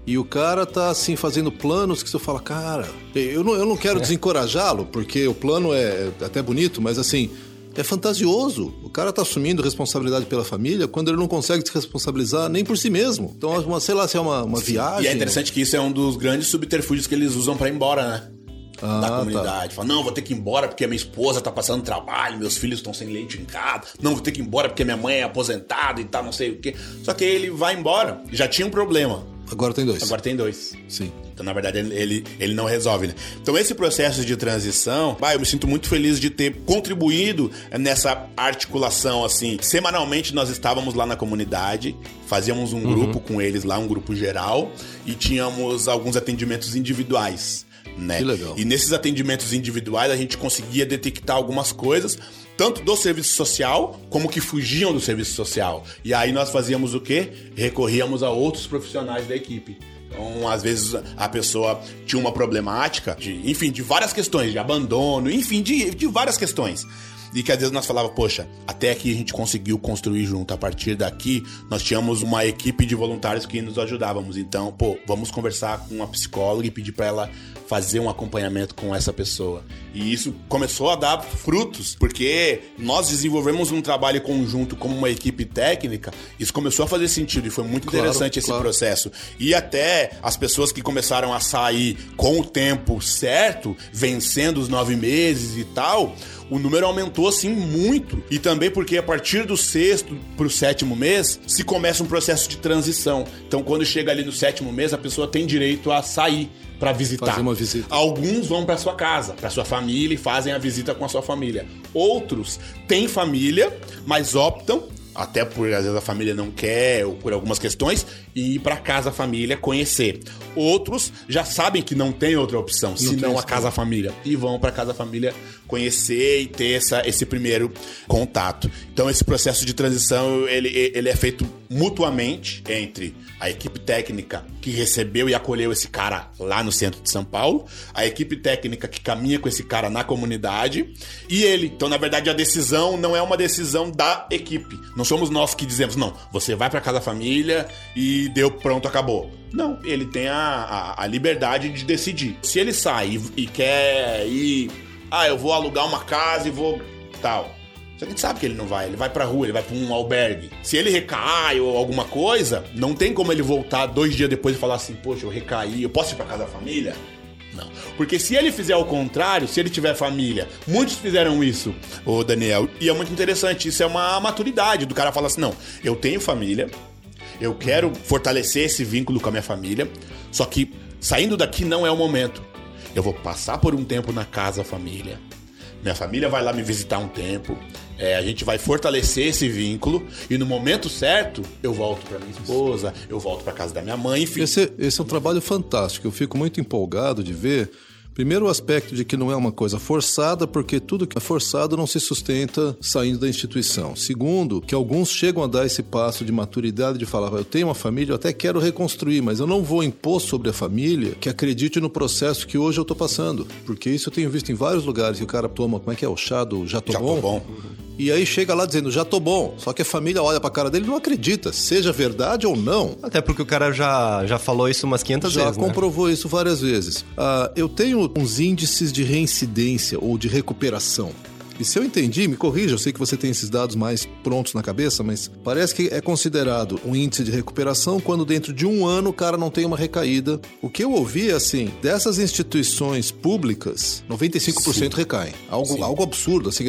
E o cara tá, assim, fazendo planos que você fala, cara, eu não quero desencorajá-lo, porque o plano é até bonito, mas, assim, é fantasioso. O cara tá assumindo responsabilidade pela família quando ele não consegue se responsabilizar nem por si mesmo. Então, sei lá, se é uma viagem... E é interessante que isso é um dos grandes subterfúgios que eles usam pra ir embora, né? Da comunidade. Tá. Fala, não, vou ter que ir embora porque a minha esposa tá passando trabalho, meus filhos estão sem leite em casa. Não, vou ter que ir embora porque minha mãe é aposentada e tal, não sei o quê. Só que ele vai embora. Já tinha um problema. Agora tem dois. Sim. Então, na verdade, ele não resolve, né? Então, esse processo de transição, eu me sinto muito feliz de ter contribuído nessa articulação, assim. Semanalmente, nós estávamos lá na comunidade, fazíamos um grupo com eles lá, um grupo geral, e tínhamos alguns atendimentos individuais, né? Que legal. E nesses atendimentos individuais, a gente conseguia detectar algumas coisas, tanto do serviço social, como que fugiam do serviço social. E aí nós fazíamos o quê? Recorríamos a outros profissionais da equipe. Então, às vezes, a pessoa tinha uma problemática, de várias questões, de abandono, enfim, de várias questões. E que às vezes nós falávamos, poxa, até aqui a gente conseguiu construir junto. A partir daqui, nós tínhamos uma equipe de voluntários que nos ajudávamos. Então, vamos conversar com uma psicóloga e pedir para ela fazer um acompanhamento com essa pessoa. E isso começou a dar frutos, porque nós desenvolvemos um trabalho conjunto como uma equipe técnica. Isso começou a fazer sentido e foi muito interessante esse processo. E até as pessoas que começaram a sair com o tempo certo, vencendo os 9 meses e tal, o número aumentou, assim, muito. E também porque a partir do 6º pro 7º mês, se começa um processo de transição. Então, quando chega ali no 7º mês, a pessoa tem direito a sair para visitar. Fazer uma visita. Alguns vão para sua casa, para sua família e fazem a visita com a sua família. Outros têm família, mas optam, até por às vezes a família não quer ou por algumas questões, e ir para casa família conhecer. Outros já sabem que não tem outra opção, senão a casa família, e vão para casa família conhecer e ter esse primeiro contato. Então esse processo de transição ele é feito mutuamente entre a equipe técnica que recebeu e acolheu esse cara lá no centro de São Paulo, a equipe técnica que caminha com esse cara na comunidade e ele. Então, na verdade, a decisão não é uma decisão da equipe. Não somos nós que dizemos, não, você vai para casa família e deu, pronto, acabou. Não, ele tem a liberdade de decidir. Se ele sai e quer ir, eu vou alugar uma casa e vou tal. Só que a gente sabe que ele não vai, ele vai pra rua, ele vai pra um albergue. Se ele recai ou alguma coisa, não tem como ele voltar 2 dias depois e falar assim, poxa, eu recaí, eu posso ir pra casa da família? Não. Porque se ele fizer o contrário, se ele tiver família, muitos fizeram isso, ô Daniel, e é muito interessante, isso é uma maturidade do cara falar assim, não, eu tenho família, eu quero fortalecer esse vínculo com a minha família, só que saindo daqui não é o momento. Eu vou passar por um tempo na casa família, minha família vai lá me visitar um tempo, a gente vai fortalecer esse vínculo e no momento certo eu volto para minha esposa, eu volto para casa da minha mãe, enfim. Esse é um trabalho fantástico, eu fico muito empolgado de ver. Primeiro, o aspecto de que não é uma coisa forçada, porque tudo que é forçado não se sustenta saindo da instituição. Segundo, que alguns chegam a dar esse passo de maturidade de falar, eu tenho uma família, eu até quero reconstruir, mas eu não vou impor sobre a família que acredite no processo que hoje eu estou passando. Porque isso eu tenho visto em vários lugares, que o cara toma, como é que é, o chá do já tô bom? E aí chega lá dizendo, já tô bom. Só que a família olha pra cara dele e não acredita, seja verdade ou não. Até porque o cara já falou isso umas 500 vezes, Já comprovou isso várias vezes. Eu tenho uns índices de reincidência ou de recuperação. E se eu entendi, me corrija, eu sei que você tem esses dados mais prontos na cabeça, mas parece que é considerado um índice de recuperação quando dentro de 1 ano o cara não tem uma recaída. O que eu ouvi é assim, dessas instituições públicas, 95% recaem. Algo absurdo, assim,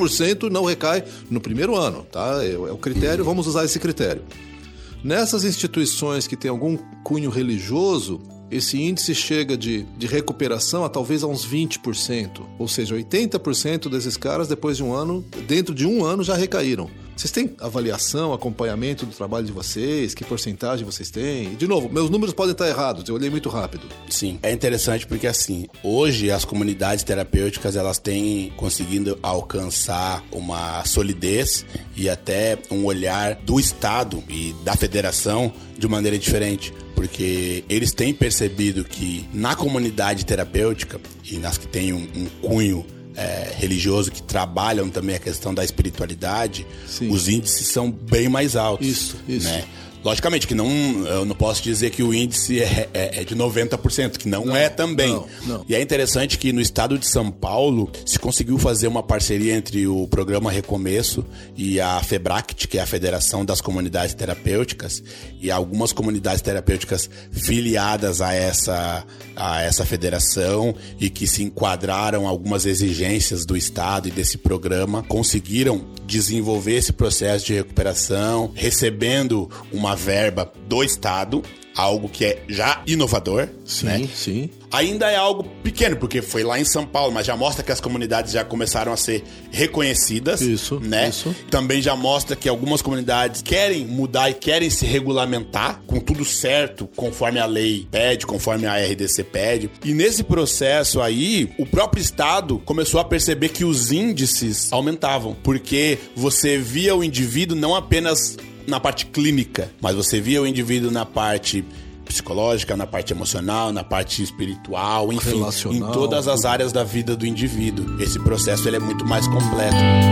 5% não recai no primeiro ano, tá? É o critério, vamos usar esse critério. Nessas instituições que tem algum cunho religioso, esse índice chega de recuperação a talvez a uns 20%. Ou seja, 80% desses caras, depois de 1 ano, dentro de 1 ano, já recaíram. Vocês têm avaliação, acompanhamento do trabalho de vocês? Que porcentagem vocês têm? E, de novo, meus números podem estar errados, eu olhei muito rápido. Sim, é interessante porque, assim, hoje as comunidades terapêuticas, elas têm conseguido alcançar uma solidez e até um olhar do Estado e da federação de maneira diferente. Porque eles têm percebido que na comunidade terapêutica e nas que têm um cunho religioso, que trabalham também a questão da espiritualidade, sim, os índices são bem mais altos. Isso. Né? Logicamente que eu não posso dizer que o índice é de 90%, que não é também. Não. E é interessante que no estado de São Paulo se conseguiu fazer uma parceria entre o Programa Recomeço e a FEBRACT, que é a Federação das Comunidades Terapêuticas, e algumas comunidades terapêuticas filiadas a essa federação e que se enquadraram algumas exigências do estado e desse programa, conseguiram desenvolver esse processo de recuperação, recebendo uma verba do estado, algo que é já inovador. Sim, né? sim. Ainda é algo pequeno, porque foi lá em São Paulo, mas já mostra que as comunidades já começaram a ser reconhecidas. Isso, né? isso. Também já mostra que algumas comunidades querem mudar e querem se regulamentar com tudo certo, conforme a lei pede, conforme a RDC pede. E nesse processo aí, o próprio estado começou a perceber que os índices aumentavam, porque você via o indivíduo não apenas na parte clínica, mas você via o indivíduo na parte psicológica, na parte emocional, na parte espiritual, enfim, relacional, em todas as áreas da vida do indivíduo. Esse processo ele é muito mais completo.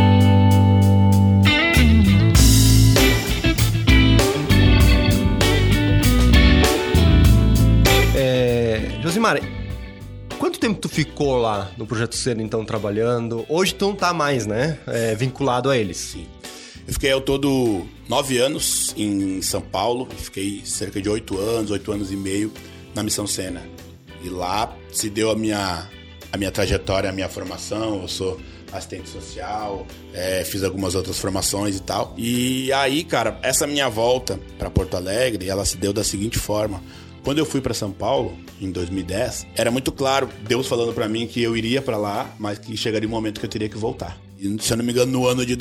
Josimar, quanto tempo tu ficou lá no Projeto Ser, então, trabalhando? Hoje tu não tá mais, né? Vinculado a eles. Sim. Eu fiquei ao todo 9 anos em São Paulo. Fiquei cerca de 8 anos e meio na Missão Sena. E lá se deu a minha trajetória, a minha formação. Eu sou assistente social, fiz algumas outras formações e tal. E aí, cara, essa minha volta para Porto Alegre, ela se deu da seguinte forma. Quando eu fui para São Paulo, em 2010, era muito claro, Deus falando para mim que eu iria para lá, mas que chegaria um momento que eu teria que voltar. E, se eu não me engano, no ano de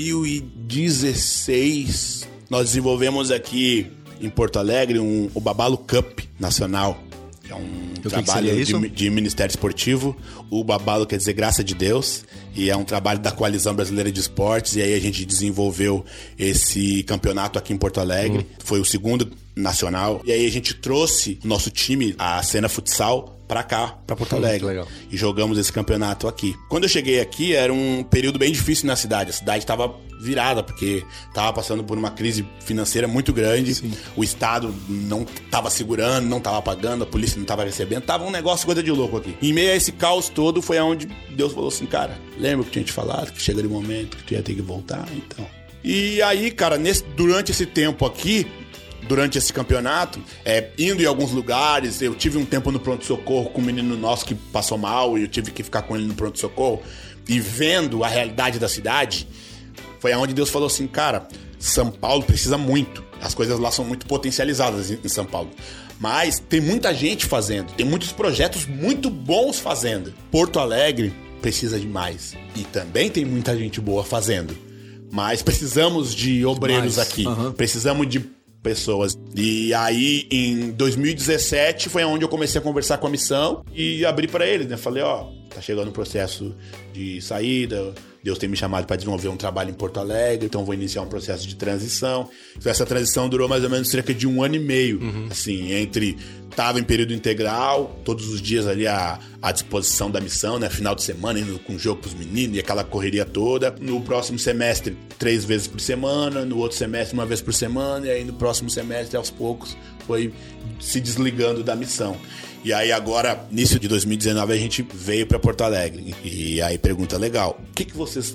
2016, nós desenvolvemos aqui em Porto Alegre o Babalo Cup Nacional. É um trabalho de Ministério Esportivo. O Babalo quer dizer Graça de Deus. E é um trabalho da Coalizão Brasileira de Esportes. E aí a gente desenvolveu esse campeonato aqui em Porto Alegre. Foi o segundo nacional. E aí a gente trouxe o nosso time, a Sena Futsal, pra cá, pra Porto Alegre. Legal. E jogamos esse campeonato aqui. Quando eu cheguei aqui, era um período bem difícil na cidade. A cidade estava virada, porque estava passando por uma crise financeira muito grande. Sim. O Estado não estava segurando, não estava pagando, a polícia não estava recebendo. Tava um negócio, coisa de louco aqui. E em meio a esse caos todo, foi onde Deus falou assim, cara, lembra que eu tinha te falado que chegaria um momento que tu ia ter que voltar? Então. E aí, cara, durante esse tempo aqui, durante esse campeonato, indo em alguns lugares, eu tive um tempo no pronto-socorro com um menino nosso que passou mal e eu tive que ficar com ele no pronto-socorro, e vendo a realidade da cidade, foi aonde Deus falou assim, cara, São Paulo precisa muito, as coisas lá são muito potencializadas em São Paulo, mas tem muita gente fazendo, tem muitos projetos muito bons fazendo. Porto Alegre precisa de mais, e também tem muita gente boa fazendo, mas precisamos de obreiros aqui, precisamos de pessoas. E aí, em 2017, foi onde eu comecei a conversar com a missão e abri para eles, né? Falei, tá chegando um processo de saída, Deus tem me chamado para desenvolver um trabalho em Porto Alegre, então vou iniciar um processo de transição. Então, essa transição durou mais ou menos cerca de 1 ano e meio, assim, entre... Tava em período integral, todos os dias ali à disposição da missão, né? Final de semana, indo com jogo pros meninos e aquela correria toda. No próximo semestre, 3 vezes por semana. No outro semestre, 1 vez por semana. E aí no próximo semestre, aos poucos, foi se desligando da missão. E aí agora, início de 2019, a gente veio para Porto Alegre. E aí pergunta legal, o que vocês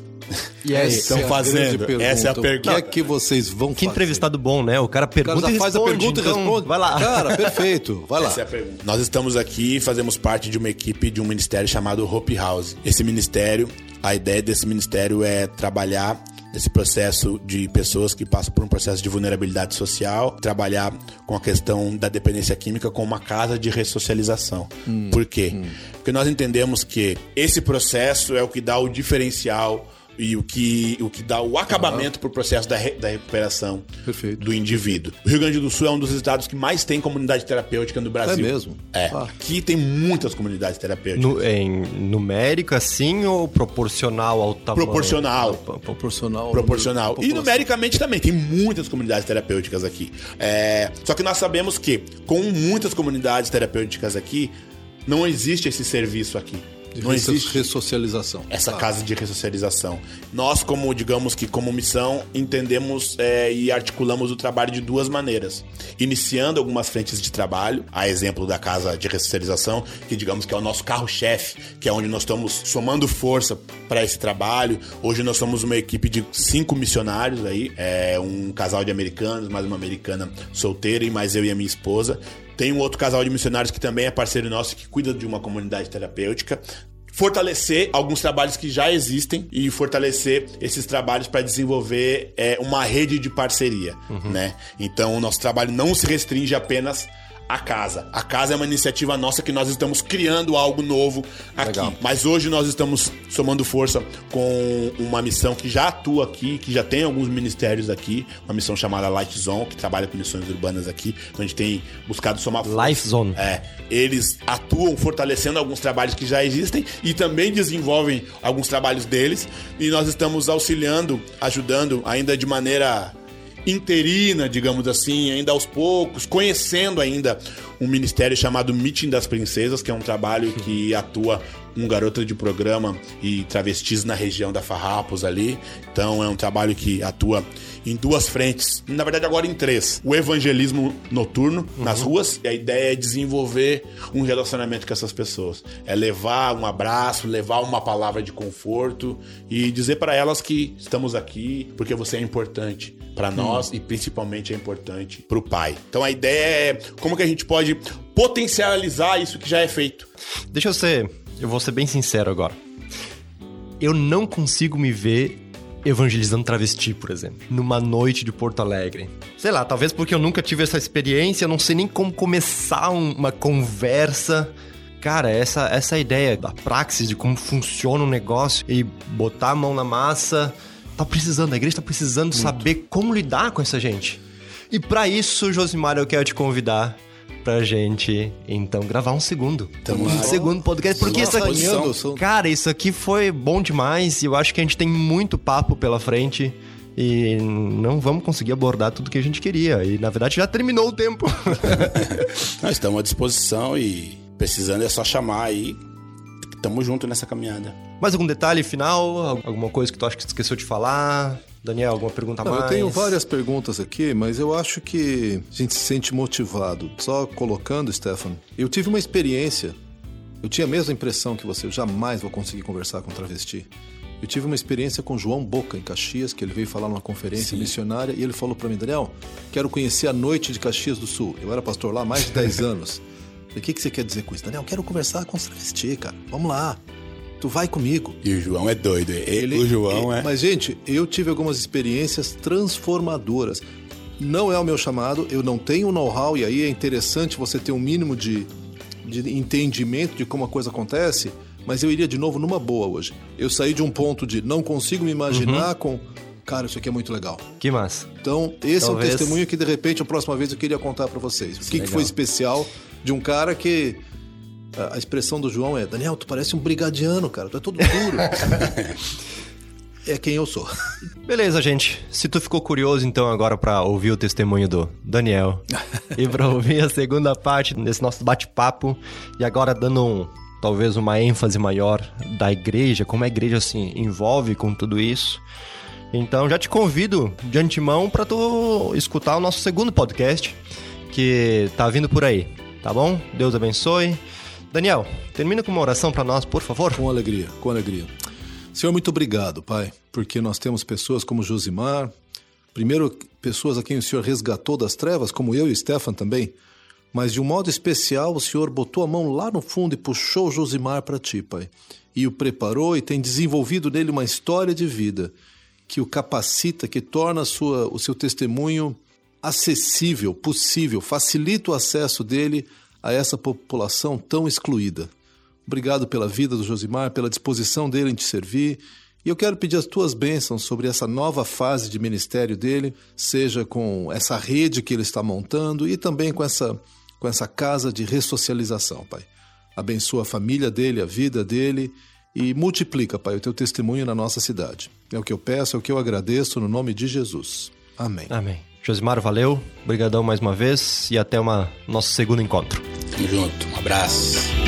estão fazendo? Essa é a pergunta. O que vocês vão fazer? Que entrevistado bom, né? O cara pergunta e faz responde. A pergunta então, e responde. Vai lá. Cara, perfeito. Vai lá. Essa é a pergunta. Nós estamos aqui, fazemos parte de uma equipe de um ministério chamado Hope House. Esse ministério, a ideia desse ministério é trabalhar esse processo de pessoas que passam por um processo de vulnerabilidade social, trabalhar com a questão da dependência química com uma casa de ressocialização. Por quê? Porque nós entendemos que esse processo é o que dá o diferencial e o que dá o acabamento para o processo da recuperação do indivíduo. O Rio Grande do Sul é um dos estados que mais tem comunidade terapêutica no Brasil. É mesmo? Aqui tem muitas comunidades terapêuticas. Em numérica, sim, ou proporcional ao tamanho? Proporcional. E numericamente também, tem muitas comunidades terapêuticas aqui. Só que nós sabemos que, com muitas comunidades terapêuticas aqui, não existe esse serviço aqui. Não existe ressocialização. Essa casa de ressocialização. Nós, como missão, entendemos e articulamos o trabalho de duas maneiras. Iniciando algumas frentes de trabalho, a exemplo da casa de ressocialização, que digamos que é o nosso carro-chefe, que é onde nós estamos somando força para esse trabalho. Hoje nós somos uma equipe de 5 missionários aí, um casal de americanos, mais uma americana solteira e mais eu e a minha esposa. Tem um outro casal de missionários que também é parceiro nosso, que cuida de uma comunidade terapêutica. Fortalecer alguns trabalhos que já existem e fortalecer esses trabalhos para desenvolver uma rede de parceria, né? Então, o nosso trabalho não se restringe apenas à casa. A casa é uma iniciativa nossa que nós estamos criando algo novo aqui. Legal. Mas hoje nós estamos somando força com uma missão que já atua aqui, que já tem alguns ministérios aqui, uma missão chamada Light Zone, que trabalha com missões urbanas aqui. Então a gente tem buscado somar força. Life Zone. Eles atuam fortalecendo alguns trabalhos que já existem e também desenvolvem alguns trabalhos deles. E nós estamos auxiliando, ajudando, ainda de maneira interina, digamos assim, ainda aos poucos, conhecendo ainda um ministério chamado Meeting das Princesas, que é um trabalho que atua com garota de programa e travestis na região da Farrapos ali. Então é um trabalho que atua em 2 frentes, na verdade agora em 3. O evangelismo noturno nas ruas, e a ideia é desenvolver um relacionamento com essas pessoas. É levar um abraço, levar uma palavra de conforto e dizer para elas que estamos aqui porque você é importante para nós e principalmente é importante para o Pai. Então a ideia é como que a gente pode potencializar isso que já é feito. Eu vou ser bem sincero agora. Eu não consigo me ver evangelizando travesti, por exemplo, numa noite de Porto Alegre. Sei lá, talvez porque eu nunca tive essa experiência, eu não sei nem como começar uma conversa. Cara, essa ideia da praxis, de como funciona o negócio e botar a mão na massa, a igreja tá precisando saber como lidar com essa gente. E pra isso, Josimar, eu quero te convidar pra gente, então, gravar um segundo podcast, porque isso aqui, cara, isso aqui foi bom demais e eu acho que a gente tem muito papo pela frente e não vamos conseguir abordar tudo que a gente queria e, na verdade, já terminou o tempo. Nós estamos à disposição e precisando é só chamar aí, estamos juntos nessa caminhada. Mais algum detalhe final? Alguma coisa que tu acha que esqueceu de falar? Daniel, alguma pergunta a mais? Eu tenho várias perguntas aqui, mas eu acho que a gente se sente motivado. Só colocando, Stefan, eu tive uma experiência, eu tinha a mesma impressão que você, eu jamais vou conseguir conversar com travesti. Eu tive uma experiência com João Boca, em Caxias, que ele veio falar numa conferência missionária, e ele falou pra mim, Daniel, quero conhecer a noite de Caxias do Sul. Eu era pastor lá há mais de 10 anos. E o que você quer dizer com isso? Daniel, quero conversar com os travesti, cara. Vamos lá. Tu vai comigo. E o João é doido. O João é... Mas, gente, eu tive algumas experiências transformadoras. Não é o meu chamado, eu não tenho know-how, e aí é interessante você ter um mínimo de entendimento de como a coisa acontece, mas eu iria de novo numa boa hoje. Eu saí de um ponto de não consigo me imaginar com... Cara, isso aqui é muito legal. Que massa. Então, esse é um testemunho que, de repente, a próxima vez eu queria contar pra vocês. O que foi especial de um cara que... A expressão do João é, Daniel, tu parece um brigadiano, cara. Tu é todo duro. É quem eu sou. Beleza, gente. Se tu ficou curioso, então, agora pra ouvir o testemunho do Daniel e pra ouvir a segunda parte desse nosso bate-papo, e agora dando talvez uma ênfase maior da igreja, como a igreja se envolve com tudo isso, então já te convido de antemão pra tu escutar o nosso segundo podcast, que tá vindo por aí, tá bom? Deus abençoe. Daniel, termina com uma oração para nós, por favor. Com alegria, com alegria. Senhor, muito obrigado, Pai, porque nós temos pessoas como Josimar, primeiro pessoas a quem o Senhor resgatou das trevas, como eu e Stefan também, mas de um modo especial o Senhor botou a mão lá no fundo e puxou o Josimar para Ti, Pai, e o preparou e tem desenvolvido nele uma história de vida que o capacita, que torna o seu testemunho acessível, possível, facilita o acesso dele a essa população tão excluída. Obrigado pela vida do Josimar, pela disposição dele em te servir. E eu quero pedir as tuas bênçãos sobre essa nova fase de ministério dele, seja com essa rede que ele está montando e também com essa casa de ressocialização, Pai. Abençoa a família dele, a vida dele e multiplica, Pai, o teu testemunho na nossa cidade. É o que eu peço, é o que eu agradeço no nome de Jesus. Amém. Amém. Josimar, valeu. Obrigadão mais uma vez e até nosso segundo encontro. Tamo junto. Um abraço.